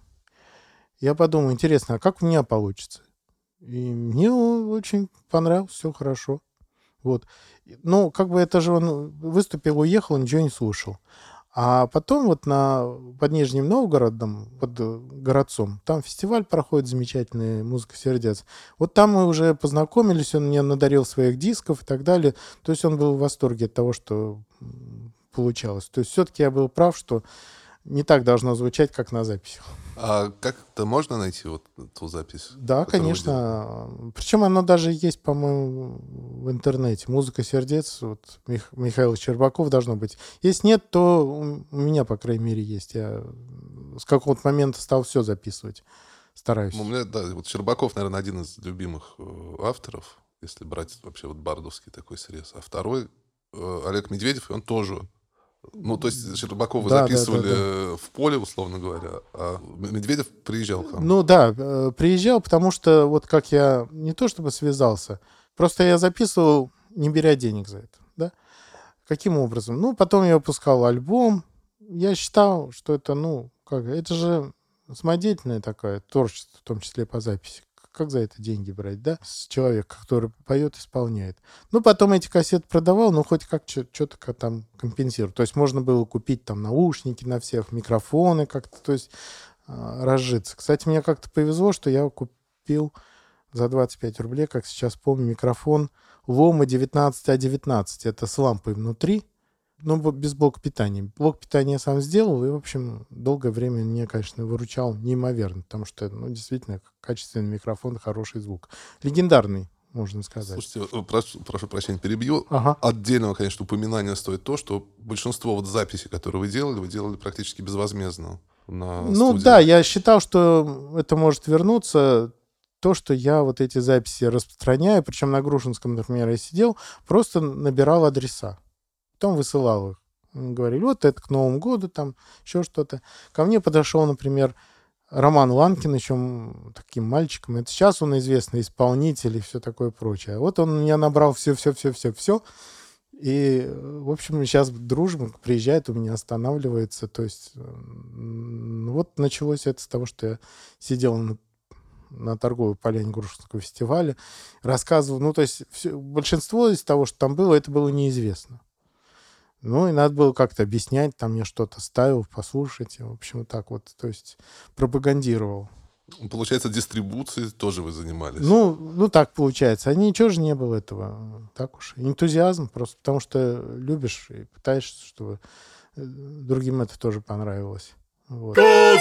Я подумал, интересно, а как у меня получится? И мне очень понравилось, все хорошо. Вот. Ну, как бы это же он выступил, уехал, ничего не слушал. А потом вот на, под Нижним Новгородом, под городцом, там фестиваль проходит замечательный «Музыка сердец». Вот там мы уже познакомились, он мне надарил своих дисков и так далее. То есть он был в восторге от того, что получалось. То есть все-таки я был прав, что не так должно звучать, как на записи. А как-то можно найти вот эту запись? Да, конечно. Причем оно даже есть, по-моему, в интернете. «Музыка сердец». Вот Мих... Михаил Щербаков должно быть. Если нет, то у меня, по крайней мере, есть. Я с какого-то момента стал все записывать. Стараюсь. Ну, у меня, да, вот Щербаков, наверное, один из любимых э, авторов, если брать вообще вот бардовский такой срез. А второй э, Олег Медведев, и он тоже... Ну, то есть Щербакова Да, записывали да, да, да. в поле, условно говоря, а Медведев приезжал к нам. Ну да, э, приезжал, потому что вот как я не то чтобы связался, просто я записывал, не беря денег за это, да? Каким образом? Ну, потом я выпускал альбом, я считал, что это, ну, как, это же самодеятельное такое творчество, в том числе по записи. Как за это деньги брать, да? С человека, который поет, исполняет. Ну, потом эти кассеты продавал, ну, хоть как что-то там компенсировать. То есть можно было купить там наушники на всех, микрофоны как-то, то есть э, разжиться. Кстати, мне как-то повезло, что я купил за двадцать пять рублей, как сейчас помню, микрофон Loma девятнадцать А девятнадцать. Это с лампой внутри, но без блока питания. Блок питания я сам сделал, и, в общем, долгое время меня, конечно, выручал неимоверно, потому что, ну, действительно, качественный микрофон, хороший звук. Легендарный, можно сказать. Слушайте, прошу, прошу прощения, перебью. Ага. Отдельного, конечно, упоминания стоит то, что большинство вот записей, которые вы делали, вы делали практически безвозмездно на Ну студии. да, я считал, что это может вернуться. То, что я вот эти записи распространяю, причем на Грушинском, например, я сидел, просто набирал адреса. Потом высылал их. Говорили, вот это к Новому году, там еще что-то. Ко мне подошел, например, Роман Ланкин, еще таким мальчиком. Это сейчас он известный исполнитель и все такое прочее. Вот он меня набрал все-все-все-все-все. И, в общем, сейчас дружим, приезжает, у меня останавливается. То есть вот началось это с того, что я сидел на на торговой поляне Грушинского фестиваля, рассказывал, ну, то есть все, большинство из того, что там было, это было неизвестно. Ну, и надо было как-то объяснять, там мне что-то ставил, послушайте, в общем, вот так вот, то есть пропагандировал. Получается, дистрибуцией тоже вы занимались? Ну, ну, так получается. А ничего же не было этого. Так уж. Энтузиазм просто, потому что любишь и пытаешься, чтобы другим это тоже понравилось. Вот.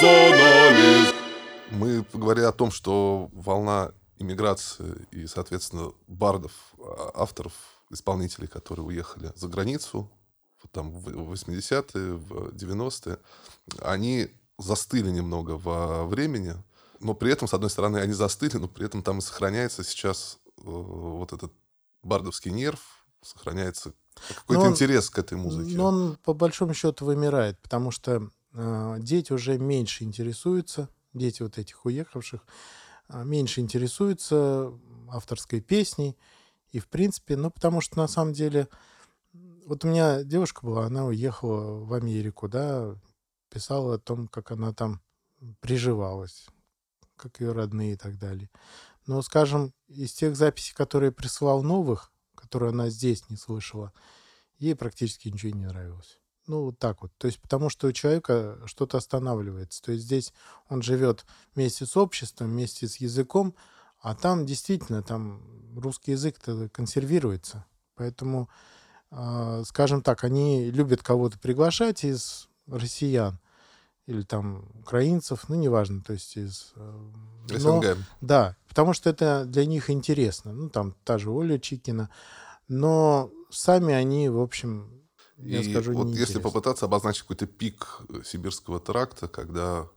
Мы поговорили о том, что волна иммиграции и, соответственно, бардов, авторов, исполнителей, которые уехали за границу, вот там в восьмидесятые, в девяностые, они застыли немного во времени, но при этом, с одной стороны, они застыли, но при этом там и сохраняется сейчас э, вот этот бардовский нерв, сохраняется какой-то он, интерес к этой музыке. Но он, по большому счету, вымирает, потому что э, дети уже меньше интересуются, дети вот этих уехавших, э, меньше интересуются авторской песней. И, в принципе, ну, потому что, на самом деле, вот у меня девушка была, она уехала в Америку, да, писала о том, как она там приживалась, как ее родные и так далее. Но, скажем, из тех записей, которые присылал новых, которые она здесь не слышала, ей практически ничего не нравилось. Ну, вот так вот. То есть потому что у человека что-то останавливается. То есть здесь он живет вместе с обществом, вместе с языком, а там действительно там русский язык-то консервируется. Поэтому, э, скажем так, они любят кого-то приглашать из россиян или там украинцев, ну, неважно, то есть из... Э, но, СНГ. да, потому что это для них интересно. Ну, там та же Оля Чикина. Но сами они, в общем, я И скажу, вот не если интересны. попытаться обозначить какой-то пик сибирского тракта, когда...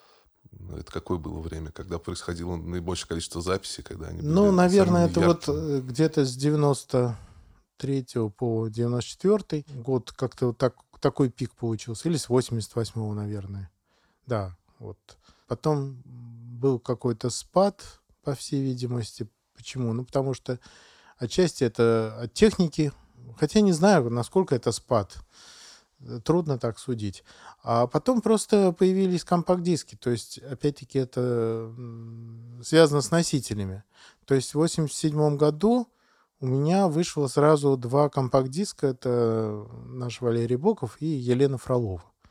Это какое было время? Когда происходило наибольшее количество записей, когда они были Ну, наверное, самыми это яркими? вот э, где-то с девяносто третьего по девяносто четвёртый год как-то вот так, такой пик получился. Или с восемьдесят восьмого, наверное. Да, вот. Потом был какой-то спад, по всей видимости. Почему? Ну, потому что отчасти это от техники. Хотя не знаю, насколько это спад. Трудно так судить. А потом просто появились компакт-диски. То есть, опять-таки, это связано с носителями. То есть в восемьдесят седьмом году у меня вышло сразу два компакт-диска. Это наш Валерий Боков и Елена Фролова.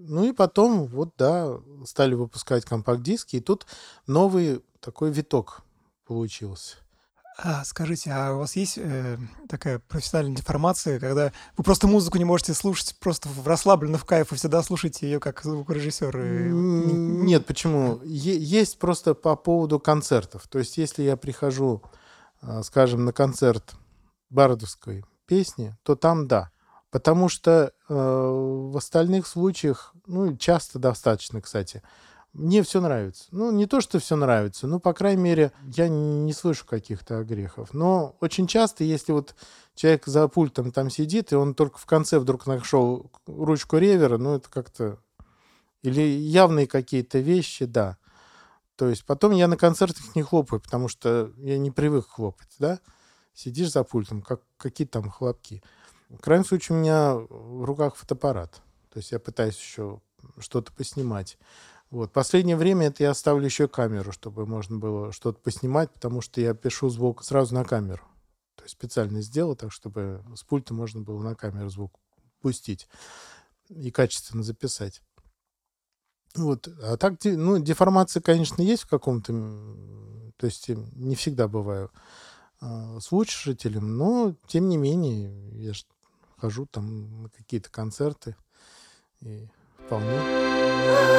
Ну и потом, вот, да, стали выпускать компакт-диски, и тут новый такой виток получился. А скажите, а у вас есть э, такая профессиональная деформация, когда вы просто музыку не можете слушать просто в расслабленно в кайф и всегда слушаете ее как звукорежиссер? И не- М, Нет, почему? Е- Есть просто по поводу концертов. То есть, если я прихожу, а, скажем, на концерт бардовской песни, то там да. Потому что э, в остальных случаях, ну, и часто достаточно, кстати, мне все нравится. Ну, не то, что все нравится, но, по крайней мере, я не слышу каких-то огрехов. Но очень часто, если вот человек за пультом там сидит, и он только в конце вдруг нашел ручку ревера, ну, это как-то... Или явные какие-то вещи, да. То есть потом я на концертах не хлопаю, потому что я не привык хлопать, да. Сидишь за пультом, как, какие там хлопки. В крайнем случае у меня в руках фотоаппарат. То есть я пытаюсь еще что-то поснимать. Вот. Последнее время это я ставлю еще камеру, чтобы можно было что-то поснимать, потому что я пишу звук сразу на камеру. То есть специально сделал так, чтобы с пульта можно было на камеру звук пустить и качественно записать. Вот. А так, де- ну, деформация, конечно, есть в каком-то... м, То есть э, не всегда бываю а, слушателем, но, тем не менее, я ж хожу там на какие-то концерты и вполне.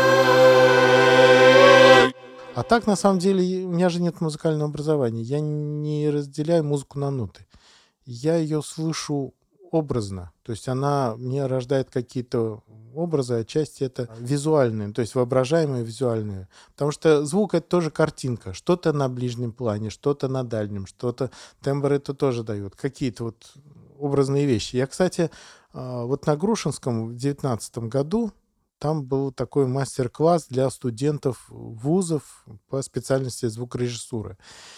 А так, на самом деле, и- у меня же нет музыкального образования. Я не разделяю музыку на ноты. Я ее слышу образно. То есть она мне рождает какие-то образы, отчасти это визуальные, то есть воображаемые визуальные. Потому что звук — это тоже картинка. Что-то на ближнем плане, что-то на дальнем, что-то... Тембр это тоже дает. Какие-то вот образные вещи. Я, кстати, а, вот на Грушинском в девятнадцатом году там был такой мастер-класс для студентов вузов по специальности звукорежиссуры.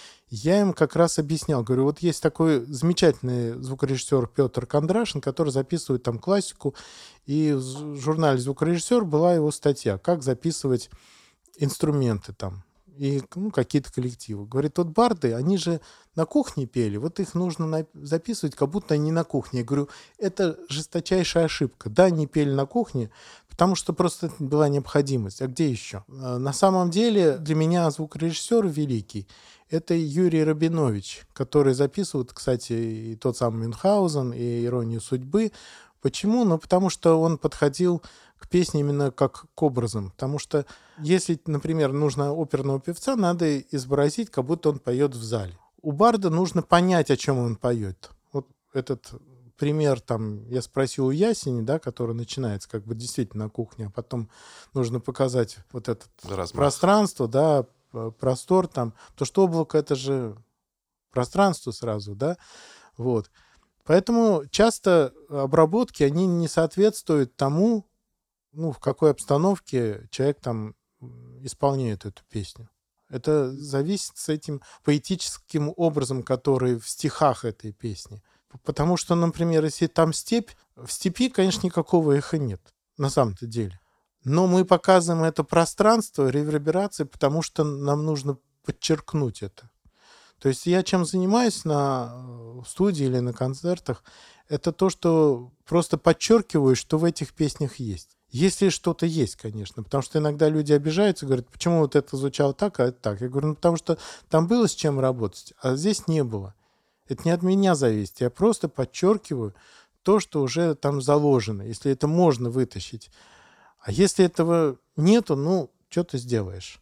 Я им как раз объяснял, говорю, вот есть такой замечательный звукорежиссер Петр Кондрашин, который записывает там классику, и в з- журнале «Звукорежиссер» была его статья, как записывать инструменты там и ну, какие-то коллективы. Говорит, вот барды, они же на кухне пели, вот их нужно на- записывать, как будто они на кухне. Я говорю, это жесточайшая ошибка. Да, они пели на кухне, потому что просто это была необходимость. А где еще? А, На самом деле для меня звукорежиссер великий — это Юрий Рабинович, который записывает, кстати, и тот самый Мюнхгаузен, и «Иронию судьбы». Почему? Ну, потому что он подходил к песне именно как к образам. Потому что если, например, нужно оперного певца, надо изобразить, как будто он поет в зале. У барда нужно понять, о чем он поет. Вот этот пример, там, я спросил у Ясени, да, который начинается как бы действительно на кухне, а потом нужно показать вот это Размах. пространство, да, п- простор там. То, что облако — это же пространство сразу, да, вот. Поэтому часто обработки, они не соответствуют тому, ну, в какой обстановке человек там м, исполняет эту песню. Это зависит с этим поэтическим образом, который в стихах этой песни. П- Потому что, например, если там степь, в степи, конечно, никакого эха нет, на самом-то деле. Но мы показываем это пространство, реверберации, потому что нам нужно подчеркнуть это. То есть я чем занимаюсь на э, в студии или на концертах, это то, что просто подчеркиваю, что в этих песнях есть. Если что-то есть, конечно, потому что иногда люди обижаются, говорят, почему вот это звучало так, а это так. Я говорю, ну потому что там было с чем работать, а здесь не было. Это не от меня зависит, я просто подчеркиваю то, что уже там заложено, если это можно вытащить. А если этого нету, ну, что ты сделаешь?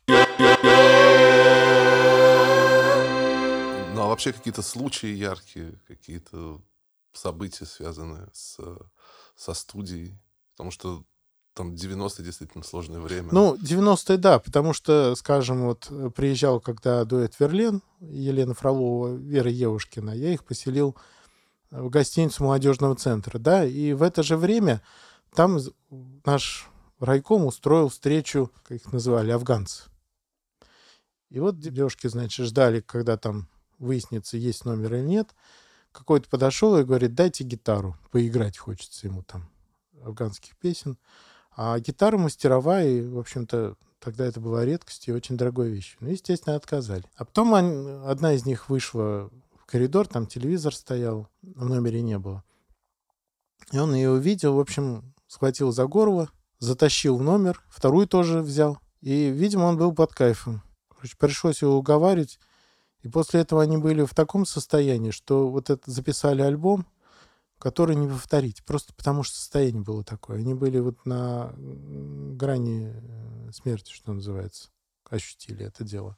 Ну, а вообще какие-то случаи яркие, какие-то события, связанные с, со студией? Потому что там девяностые действительно сложное время. Ну, девяностые, да, потому что, скажем, вот э, приезжал, когда дуэт «Верлен», Елена Фролова, Вера Евушкина, я их поселил в гостиницу молодежного центра, да, и в это же время там з- наш райком устроил встречу, как их называли, афганцы. И вот девушки, значит, ждали, когда там выяснится, есть номер или нет. Какой-то подошел и говорит, дайте гитару, поиграть хочется ему там афганских песен. А гитара мастеровая, и, в общем-то, тогда это была редкость и очень дорогой вещь. Ну, естественно, отказали. А потом он- одна из них вышла в коридор, там телевизор стоял, в номере не было. И он ее увидел, в общем, схватил за горло, затащил в номер, вторую тоже взял. И, видимо, он был под кайфом. Короче, пришлось его уговаривать. И после этого они были в таком состоянии, что вот это записали альбом, который не повторить. Просто потому что состояние было такое. Они были вот на грани смерти, что называется. Ощутили это дело.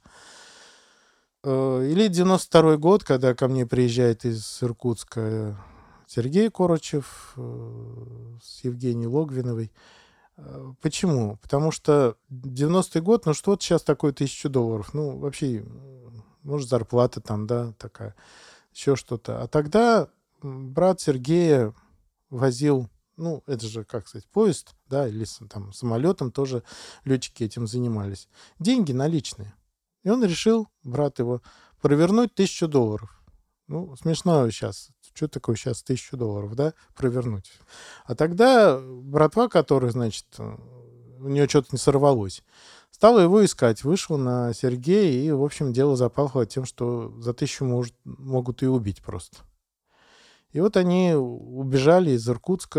Или девяносто второй год, когда ко мне приезжает из Иркутска Сергей Корочев с Евгенией Логвиновой. Почему? Потому что девяностый год, ну что вот сейчас такое тысячу долларов? Ну, вообще, может, зарплата там, да, такая, еще что-то. А тогда брат Сергея возил, ну, это же, как сказать, поезд, да, или там самолетом тоже летчики этим занимались. Деньги наличные. И он решил, брат его, провернуть тысячу долларов. Ну, смешно сейчас. Что такое сейчас тысячу долларов, да, провернуть? А тогда братва, которая, значит, у нее что-то не сорвалось, стала его искать. Вышел на Сергея, и, в общем, дело запахло тем, что за тысячу может, могут и убить просто. И вот они убежали из Иркутска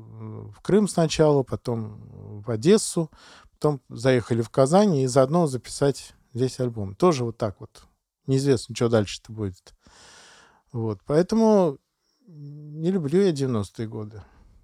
в Крым сначала, потом в Одессу, потом заехали в Казань и заодно записать здесь альбом. Тоже вот так вот. Неизвестно, что дальше-то будет. Вот. Поэтому не люблю я девяностые годы.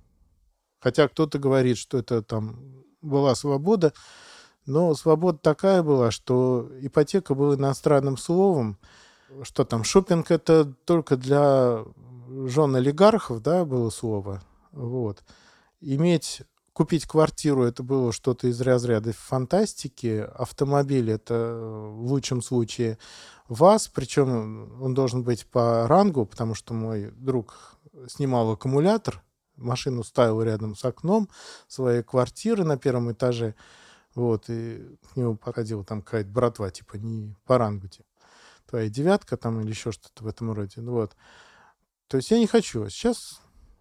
Хотя кто-то говорит, что это там была свобода, но свобода такая была, что ипотека была иностранным словом, что там шопинг это только для жен олигархов, да, было слово. Вот. Иметь, купить квартиру это было что-то из разряда фантастики, автомобиль это в лучшем случае ВАЗ, причем он должен быть по рангу, потому что мой друг снимал аккумулятор, машину ставил рядом с окном своей квартиры на первом этаже, вот, и к нему подходила там какая-то братва, типа, не по рангу, типа, твоя девятка там или еще что-то в этом роде, вот. То есть я не хочу. Сейчас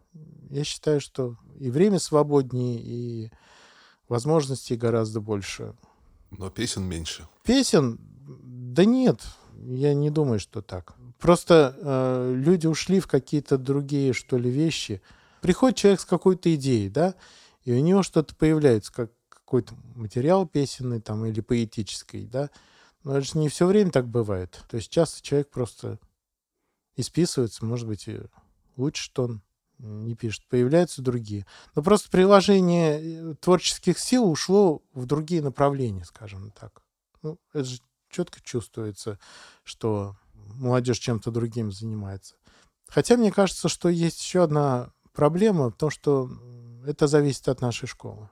я считаю, что и время свободнее, и возможностей гораздо больше. Но песен меньше. Песен? Да нет, я не думаю, что так. Просто э, люди ушли в какие-то другие, что ли, вещи. Приходит человек с какой-то идеей, да, и у него что-то появляется, как какой-то материал песенный там или поэтический, да. Но это же не все время так бывает. То есть часто человек просто исписывается, может быть, и лучше, что он не пишет. Появляются другие. Но просто приложение творческих сил ушло в другие направления, скажем так. Ну, это же четко чувствуется, что молодежь чем-то другим занимается. Хотя мне кажется, что есть еще одна проблема в том, что это зависит от нашей школы.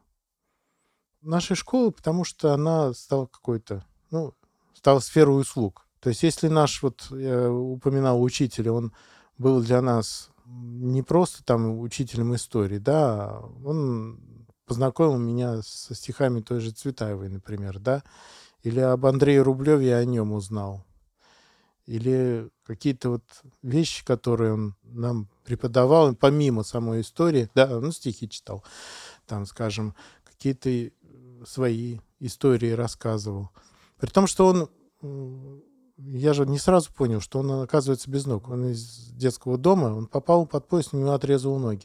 Нашей школы, потому что она стала какой-то, ну, стала сферой услуг. То есть если наш, вот я упоминал учителя, он был для нас не просто там учителем истории, да, он познакомил меня со стихами той же Цветаевой, например, да, или об Андрее Рублеве я о нем узнал, или какие-то вот вещи, которые он нам преподавал, помимо самой истории, да, ну, стихи читал, там, скажем, какие-то свои истории рассказывал. При том, что он... Я же не сразу понял, что он, оказывается, без ног. Он из детского дома, он попал под поезд, у него отрезал ноги.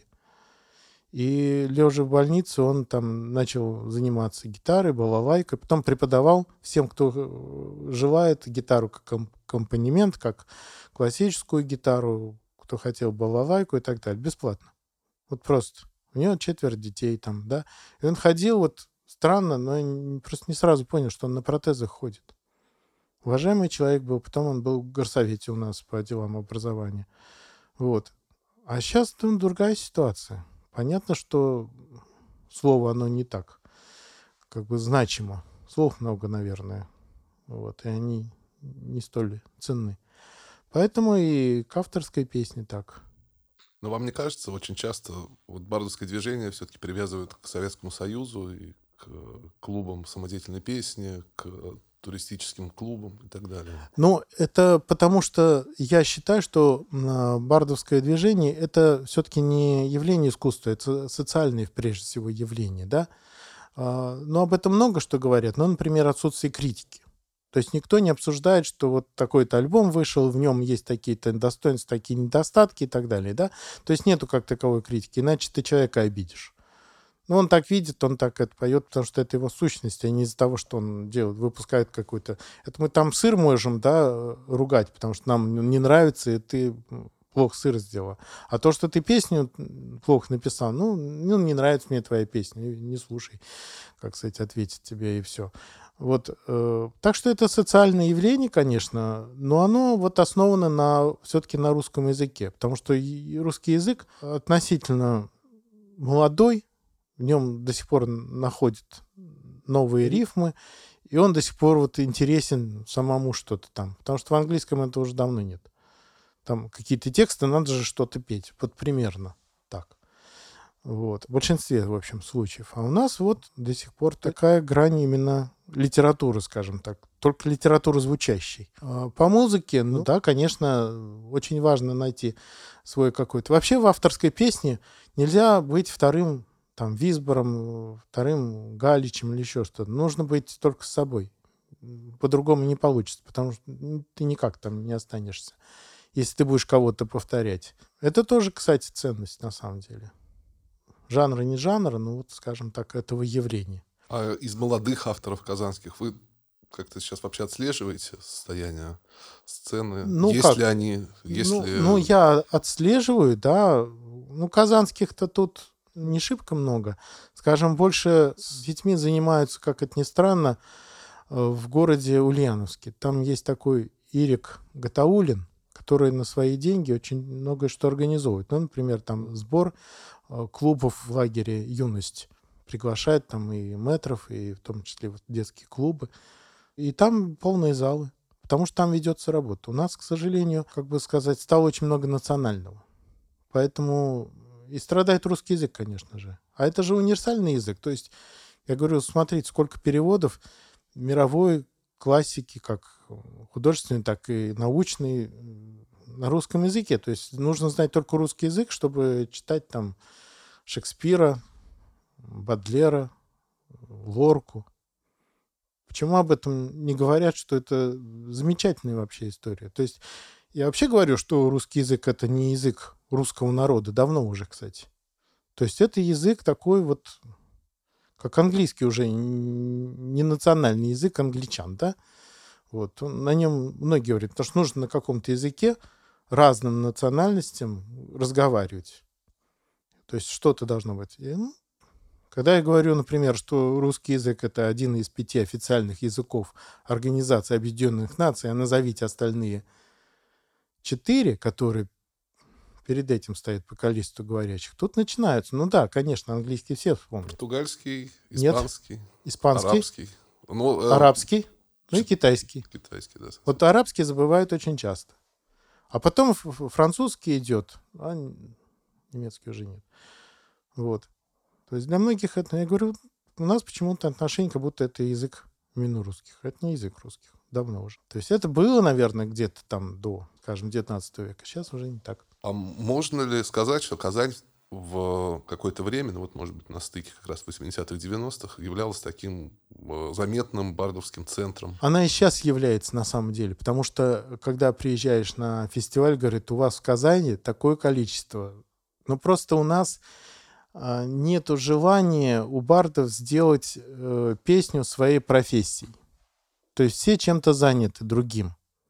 И, лежа в больнице, он там начал заниматься гитарой, балалайкой, потом преподавал всем, кто желает, гитару как аккомпанемент, как классическую гитару, кто хотел балалайку и так далее, бесплатно. Вот просто. У него четверо детей там, да. И он ходил, вот странно, но я просто не сразу понял, что он на протезах ходит. Уважаемый человек был, потом он был в горсовете у нас по делам образования. Вот. А сейчас ну, другая ситуация. Понятно, что слово, оно не так, как бы значимо. Слов много, наверное. Вот. И они не столь ценны. Поэтому и к авторской песне так. Но вам не кажется, очень часто вот бардовское движение все-таки привязывают к Советскому Союзу и к клубам самодеятельной песни, к туристическим клубам и так далее? Ну, это потому что я считаю, что бардовское движение — это все-таки не явление искусства, это социальное, прежде всего, явление, да? Но об этом много что говорят. Ну, например, отсутствие критики. То есть никто не обсуждает, что вот такой-то альбом вышел, в нем есть такие-то достоинства, такие недостатки и так далее, да? То есть нету как таковой критики, иначе ты человека обидишь. Ну, он так видит, он так это поет, потому что это его сущность, а не из-за того, что он делает, выпускает какой-то... Это мы там сыр можем, да, ругать, потому что нам не нравится, и ты плохо сыр сделал. А то, что ты песню плохо написал, ну, ну не нравится мне твоя песня, не слушай, как, кстати, ответить тебе, и все. Вот, э, так что это социальное явление, конечно, но оно вот основано на, все-таки на русском языке, потому что русский язык относительно молодой, в нем до сих пор находит новые рифмы, и он до сих пор вот интересен самому что-то там, потому что в английском это уже давно нет. Там какие-то тексты, надо же что-то петь, вот примерно так. Вот. В большинстве, в общем, случаев. А у нас вот до сих пор такая грань именно литературы, скажем так, только литературы звучащей. А по музыке, ну да, конечно, очень важно найти свой какой-то... Вообще в авторской песне нельзя быть вторым там Висбором, вторым Галичем или еще что-то. Нужно быть только с собой. По-другому не получится, потому что ты никак там не останешься, если ты будешь кого-то повторять. Это тоже, кстати, ценность на самом деле. Жанр и не жанр, но вот, скажем так, этого явления. А из молодых авторов казанских вы как-то сейчас вообще отслеживаете состояние сцены? Ну, есть как? ли они? Есть ну, ли... ну, я отслеживаю, да. Ну, казанских-то тут не шибко много. Скажем, больше с детьми занимаются, как это ни странно, в городе Ульяновске. Там есть такой Ирик Гатаулин, который на свои деньги очень многое что организовывает. Ну, например, там сбор клубов в лагере «Юность». Приглашает там и мэтров, и в том числе вот детские клубы. И там полные залы, потому что там ведется работа. У нас, к сожалению, как бы сказать, стало очень много национального. Поэтому и страдает русский язык, конечно же. А это же универсальный язык. То есть, я говорю, смотрите, сколько переводов мировой классики, как художественной, так и научной, на русском языке. То есть нужно знать только русский язык, чтобы читать там Шекспира, Бодлера, Лорку. Почему об этом не говорят, что это замечательная вообще история? То есть я вообще говорю, что русский язык — это не язык русского народа. Давно уже, кстати. То есть это язык такой вот, как английский уже, не национальный язык англичан, да? Вот. На нем многие говорят, потому что нужно на каком-то языке разным национальностям разговаривать. То есть что-то должно быть. И, ну, когда я говорю, например, что русский язык — это один из пяти официальных языков Организации Объединенных Наций, а назовите остальные четыре, которые перед этим стоят по количеству говорящих, тут начинаются. Ну да, конечно, английский все вспомнят. Португальский, Нет. испанский, Испанский, арабский. Ну, э, арабский, ну и китайский. Китайский, да. Вот арабский забывают очень часто. А потом ф- ф- французский идет, а немецкий уже нет. Вот. То есть для многих это, я говорю, у нас почему-то отношение, как будто это язык именно русских. Это не язык русских. Давно уже. То есть это было, наверное, где-то там до, скажем, девятнадцатого века. Сейчас уже не так. А можно ли сказать, что Казань в какое-то время, ну вот, может быть, на стыке как раз восьмидесятых, девяностых, являлась таким э, заметным бардовским центром? Она и сейчас является на самом деле, потому что, когда приезжаешь на фестиваль, говорит, у вас в Казани такое количество. Ну, просто у нас а, нету желания у бардов сделать э, песню своей профессией. То есть все чем-то заняты другим.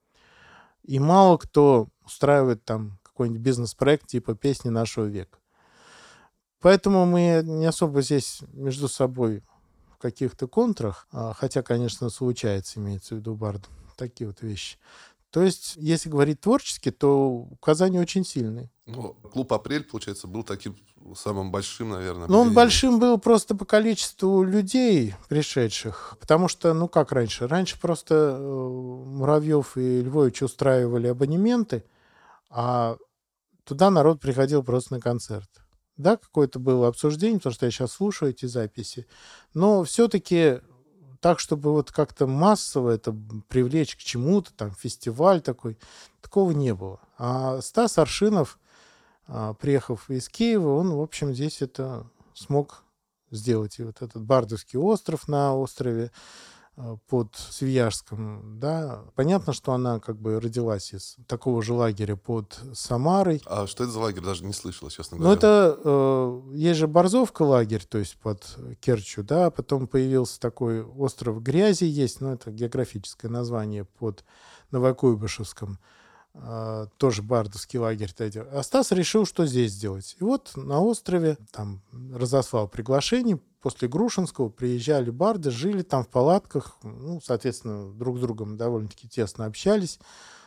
И мало кто устраивает там какой-нибудь бизнес-проект типа «Песни нашего века». Поэтому мы не особо здесь между собой в каких-то контрах, а, хотя, конечно, случается, имеется в виду бардом, такие вот вещи. То есть, если говорить творчески, то Казань очень сильный. Ну, клуб «Апрель», получается, был таким самым большим, наверное. Но он объединением. большим был просто по количеству людей, пришедших. Потому что, ну как раньше? Раньше просто э, Муравьев и Львович устраивали абонементы, а туда народ приходил просто на концерт. Да, какое-то было обсуждение, потому что я сейчас слушаю эти записи. Но все-таки так, чтобы вот как-то массово это привлечь к чему-то, там, фестиваль такой, такого не было. А Стас Аршинов, приехав из Киева, он, в общем, здесь это смог сделать. И вот этот Бардовский остров на острове под Свияжском, да. Понятно, что она как бы родилась из такого же лагеря под Самарой. А что это за лагерь? Даже не слышал, честно Ну, говоря. это э, есть же Борзовка лагерь, то есть под Керчью, да. Потом появился такой остров Грязи есть, но это географическое название под Новокуйбышевском. Э, тоже бардовский лагерь. А Стас решил, что здесь сделать. И вот на острове там разослал приглашение. После Грушинского приезжали барды, жили там в палатках, ну, соответственно, друг с другом довольно-таки тесно общались.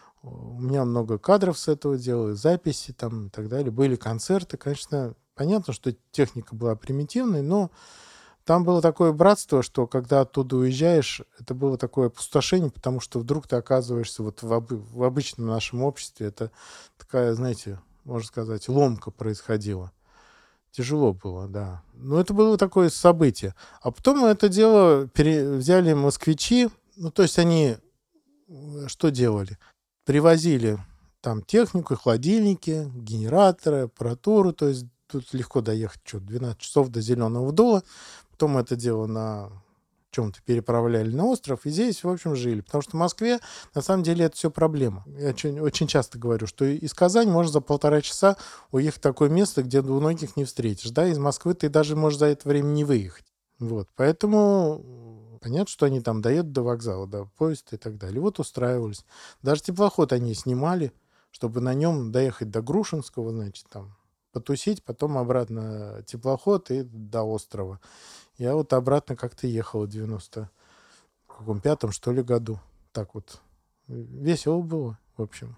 У меня много кадров с этого дела, записи там и так далее. Были концерты, конечно, понятно, что техника была примитивной, но там было такое братство, что когда оттуда уезжаешь, это было такое опустошение, потому что вдруг ты оказываешься вот в, обы- в обычном нашем обществе. Это такая, знаете, можно сказать, ломка происходила. Тяжело было, да. Но это было такое событие. А потом это дело пере... взяли москвичи. Ну, то есть они что делали? Привозили там технику, холодильники, генераторы, аппаратуру. То есть тут легко доехать, что, двенадцать часов до Зеленого Дола. Потом это дело на чем-то переправляли на остров, и здесь, в общем, жили. Потому что в Москве, на самом деле, это все проблема. Я очень, очень часто говорю, что из Казани можно за полтора часа уехать в такое место, где двуногих не встретишь. Да, из Москвы ты даже можешь за это время не выехать. Вот. Поэтому понятно, что они там доедут до вокзала, до поезда и так далее. Вот устраивались. Даже теплоход они снимали, чтобы на нем доехать до Грушинского, значит, там потусить, потом обратно теплоход и до острова. Я вот обратно как-то ехал в девяносто пятом, что ли, году. Так вот. Весело было, в общем.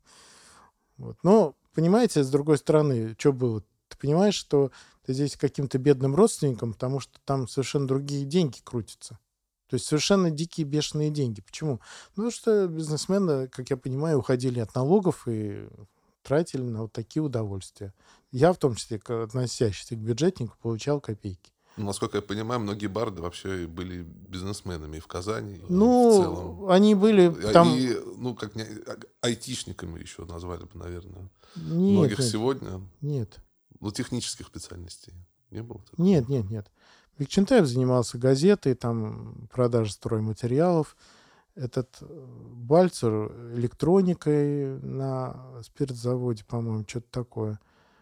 Вот. Но, понимаете, с другой стороны, что было? Ты понимаешь, что ты здесь каким-то бедным родственником, потому что там совершенно другие деньги крутятся. То есть совершенно дикие, бешеные деньги. Почему? Ну, потому что бизнесмены, как я понимаю, уходили от налогов и тратили на вот такие удовольствия. Я, в том числе, относящийся к бюджетнику, получал копейки. Ну, насколько я понимаю, многие барды вообще были бизнесменами и в Казани, и Ну, в целом. они были там... И, ну, как не, айтишниками еще назвали бы, наверное. Нет, Многих нет, сегодня, нет. ну, технических специальностей не было такого? Нет, нет, нет. Бекчентаев занимался газетой, там, продажей стройматериалов. Этот Бальцер электроникой на спиртзаводе, по-моему, что-то такое.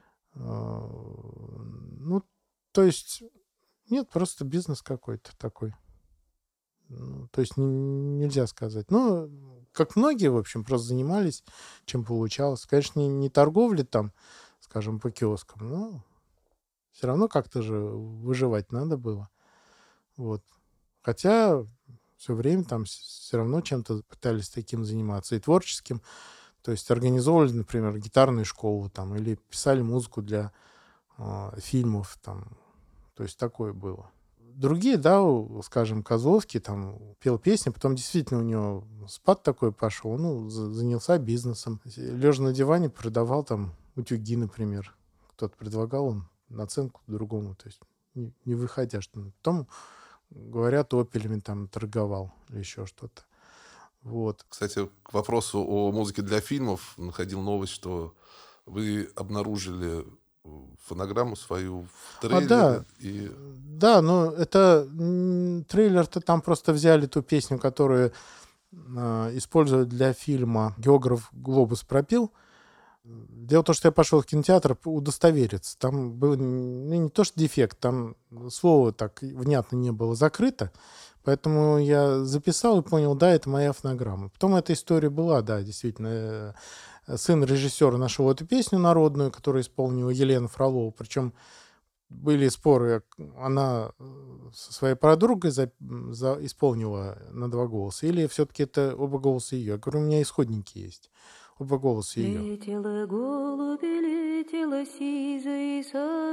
Ну, то есть... Нет, просто бизнес какой-то такой. Ну, то есть н- нельзя сказать. Ну, как многие, в общем, просто занимались, чем получалось. Конечно, не, не торговли там, скажем, по киоскам, но все равно как-то же выживать надо было. Вот. Хотя все время там все равно чем-то пытались таким заниматься. И творческим. То есть организовывали, например, гитарную школу там, или писали музыку для э, фильмов там. То есть такое было. Другие, да, скажем, Козловский там пел песни, потом действительно у него спад такой пошел, ну, занялся бизнесом. Лежа на диване продавал там утюги, например. Кто-то предлагал, он наценку другому, то есть не, не выходя. Что... Потом, говорят, опелями там торговал или еще что-то. Вот. Кстати, к вопросу о музыке для фильмов находил новость, что вы обнаружили фонограмму свою в трейлере. А, да. И... да, но это трейлер-то там просто взяли ту песню, которую э, использовали для фильма «Географ Глобус пропил». Дело в том, что я пошел в кинотеатр удостовериться. Там был ну, не то что дефект, там слово так внятно не было закрыто. Поэтому я записал и понял, да, это моя фонограмма. Потом эта история была, да, действительно. Сын режиссера нашел эту песню народную, которую исполнила Елена Фролова. Причем были споры, она со своей подругой за, за, исполнила на два голоса. Или все-таки это оба голоса ее. Я говорю, у меня исходники есть. Оба голоса ее. Летела голубь, летела сизой со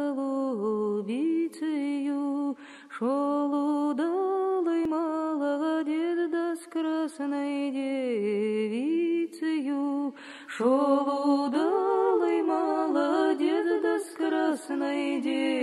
голубицею, шел удалый молодец, да с красной девицею, шел удалый молодец, да с красной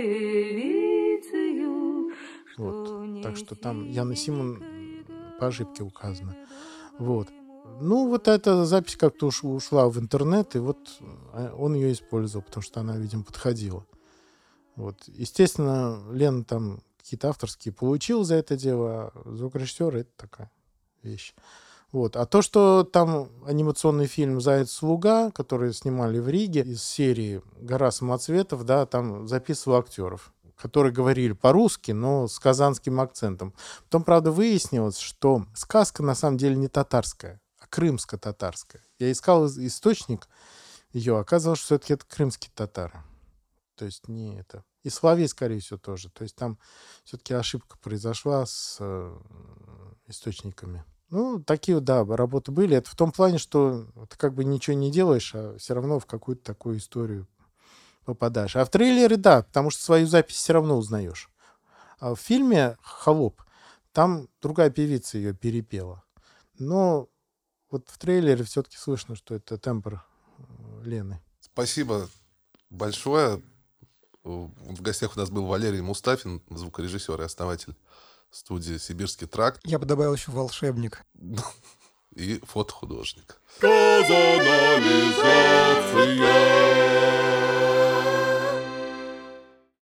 девицею. Вот. Так что там Яна Симон по ошибке указано. Вот. Ну, вот эта запись как-то уш- ушла в интернет, и вот он ее использовал, потому что она, видимо, подходила. Вот. Естественно, Лена там какие-то авторские получил за это дело, а звукорежиссер — это такая вещь. Вот. А то, что там анимационный фильм «Заяц-слуга», который снимали в Риге из серии «Гора самоцветов», да, там записывал актеров, которые говорили по-русски, но с казанским акцентом. Потом, правда, выяснилось, что сказка на самом деле не татарская, а крымско-татарская. Я искал источник ее, оказалось, что все-таки это крымские татары. То есть не это. И соловей, скорее всего, тоже. То есть там все-таки ошибка произошла с э, источниками. Ну, такие, да, работы были. Это в том плане, что ты как бы ничего не делаешь, а все равно в какую-то такую историю попадаешь. А в трейлере, да, потому что свою запись все равно узнаешь. А в фильме «Холоп» там другая певица ее перепела. Но вот в трейлере все-таки слышно, что это тембр Лены. Спасибо большое. В гостях у нас был Валерий Мустафин, звукорежиссер и основатель студии «Сибирский тракт». Я бы добавил еще волшебник. И фотохудожник. Казанализация.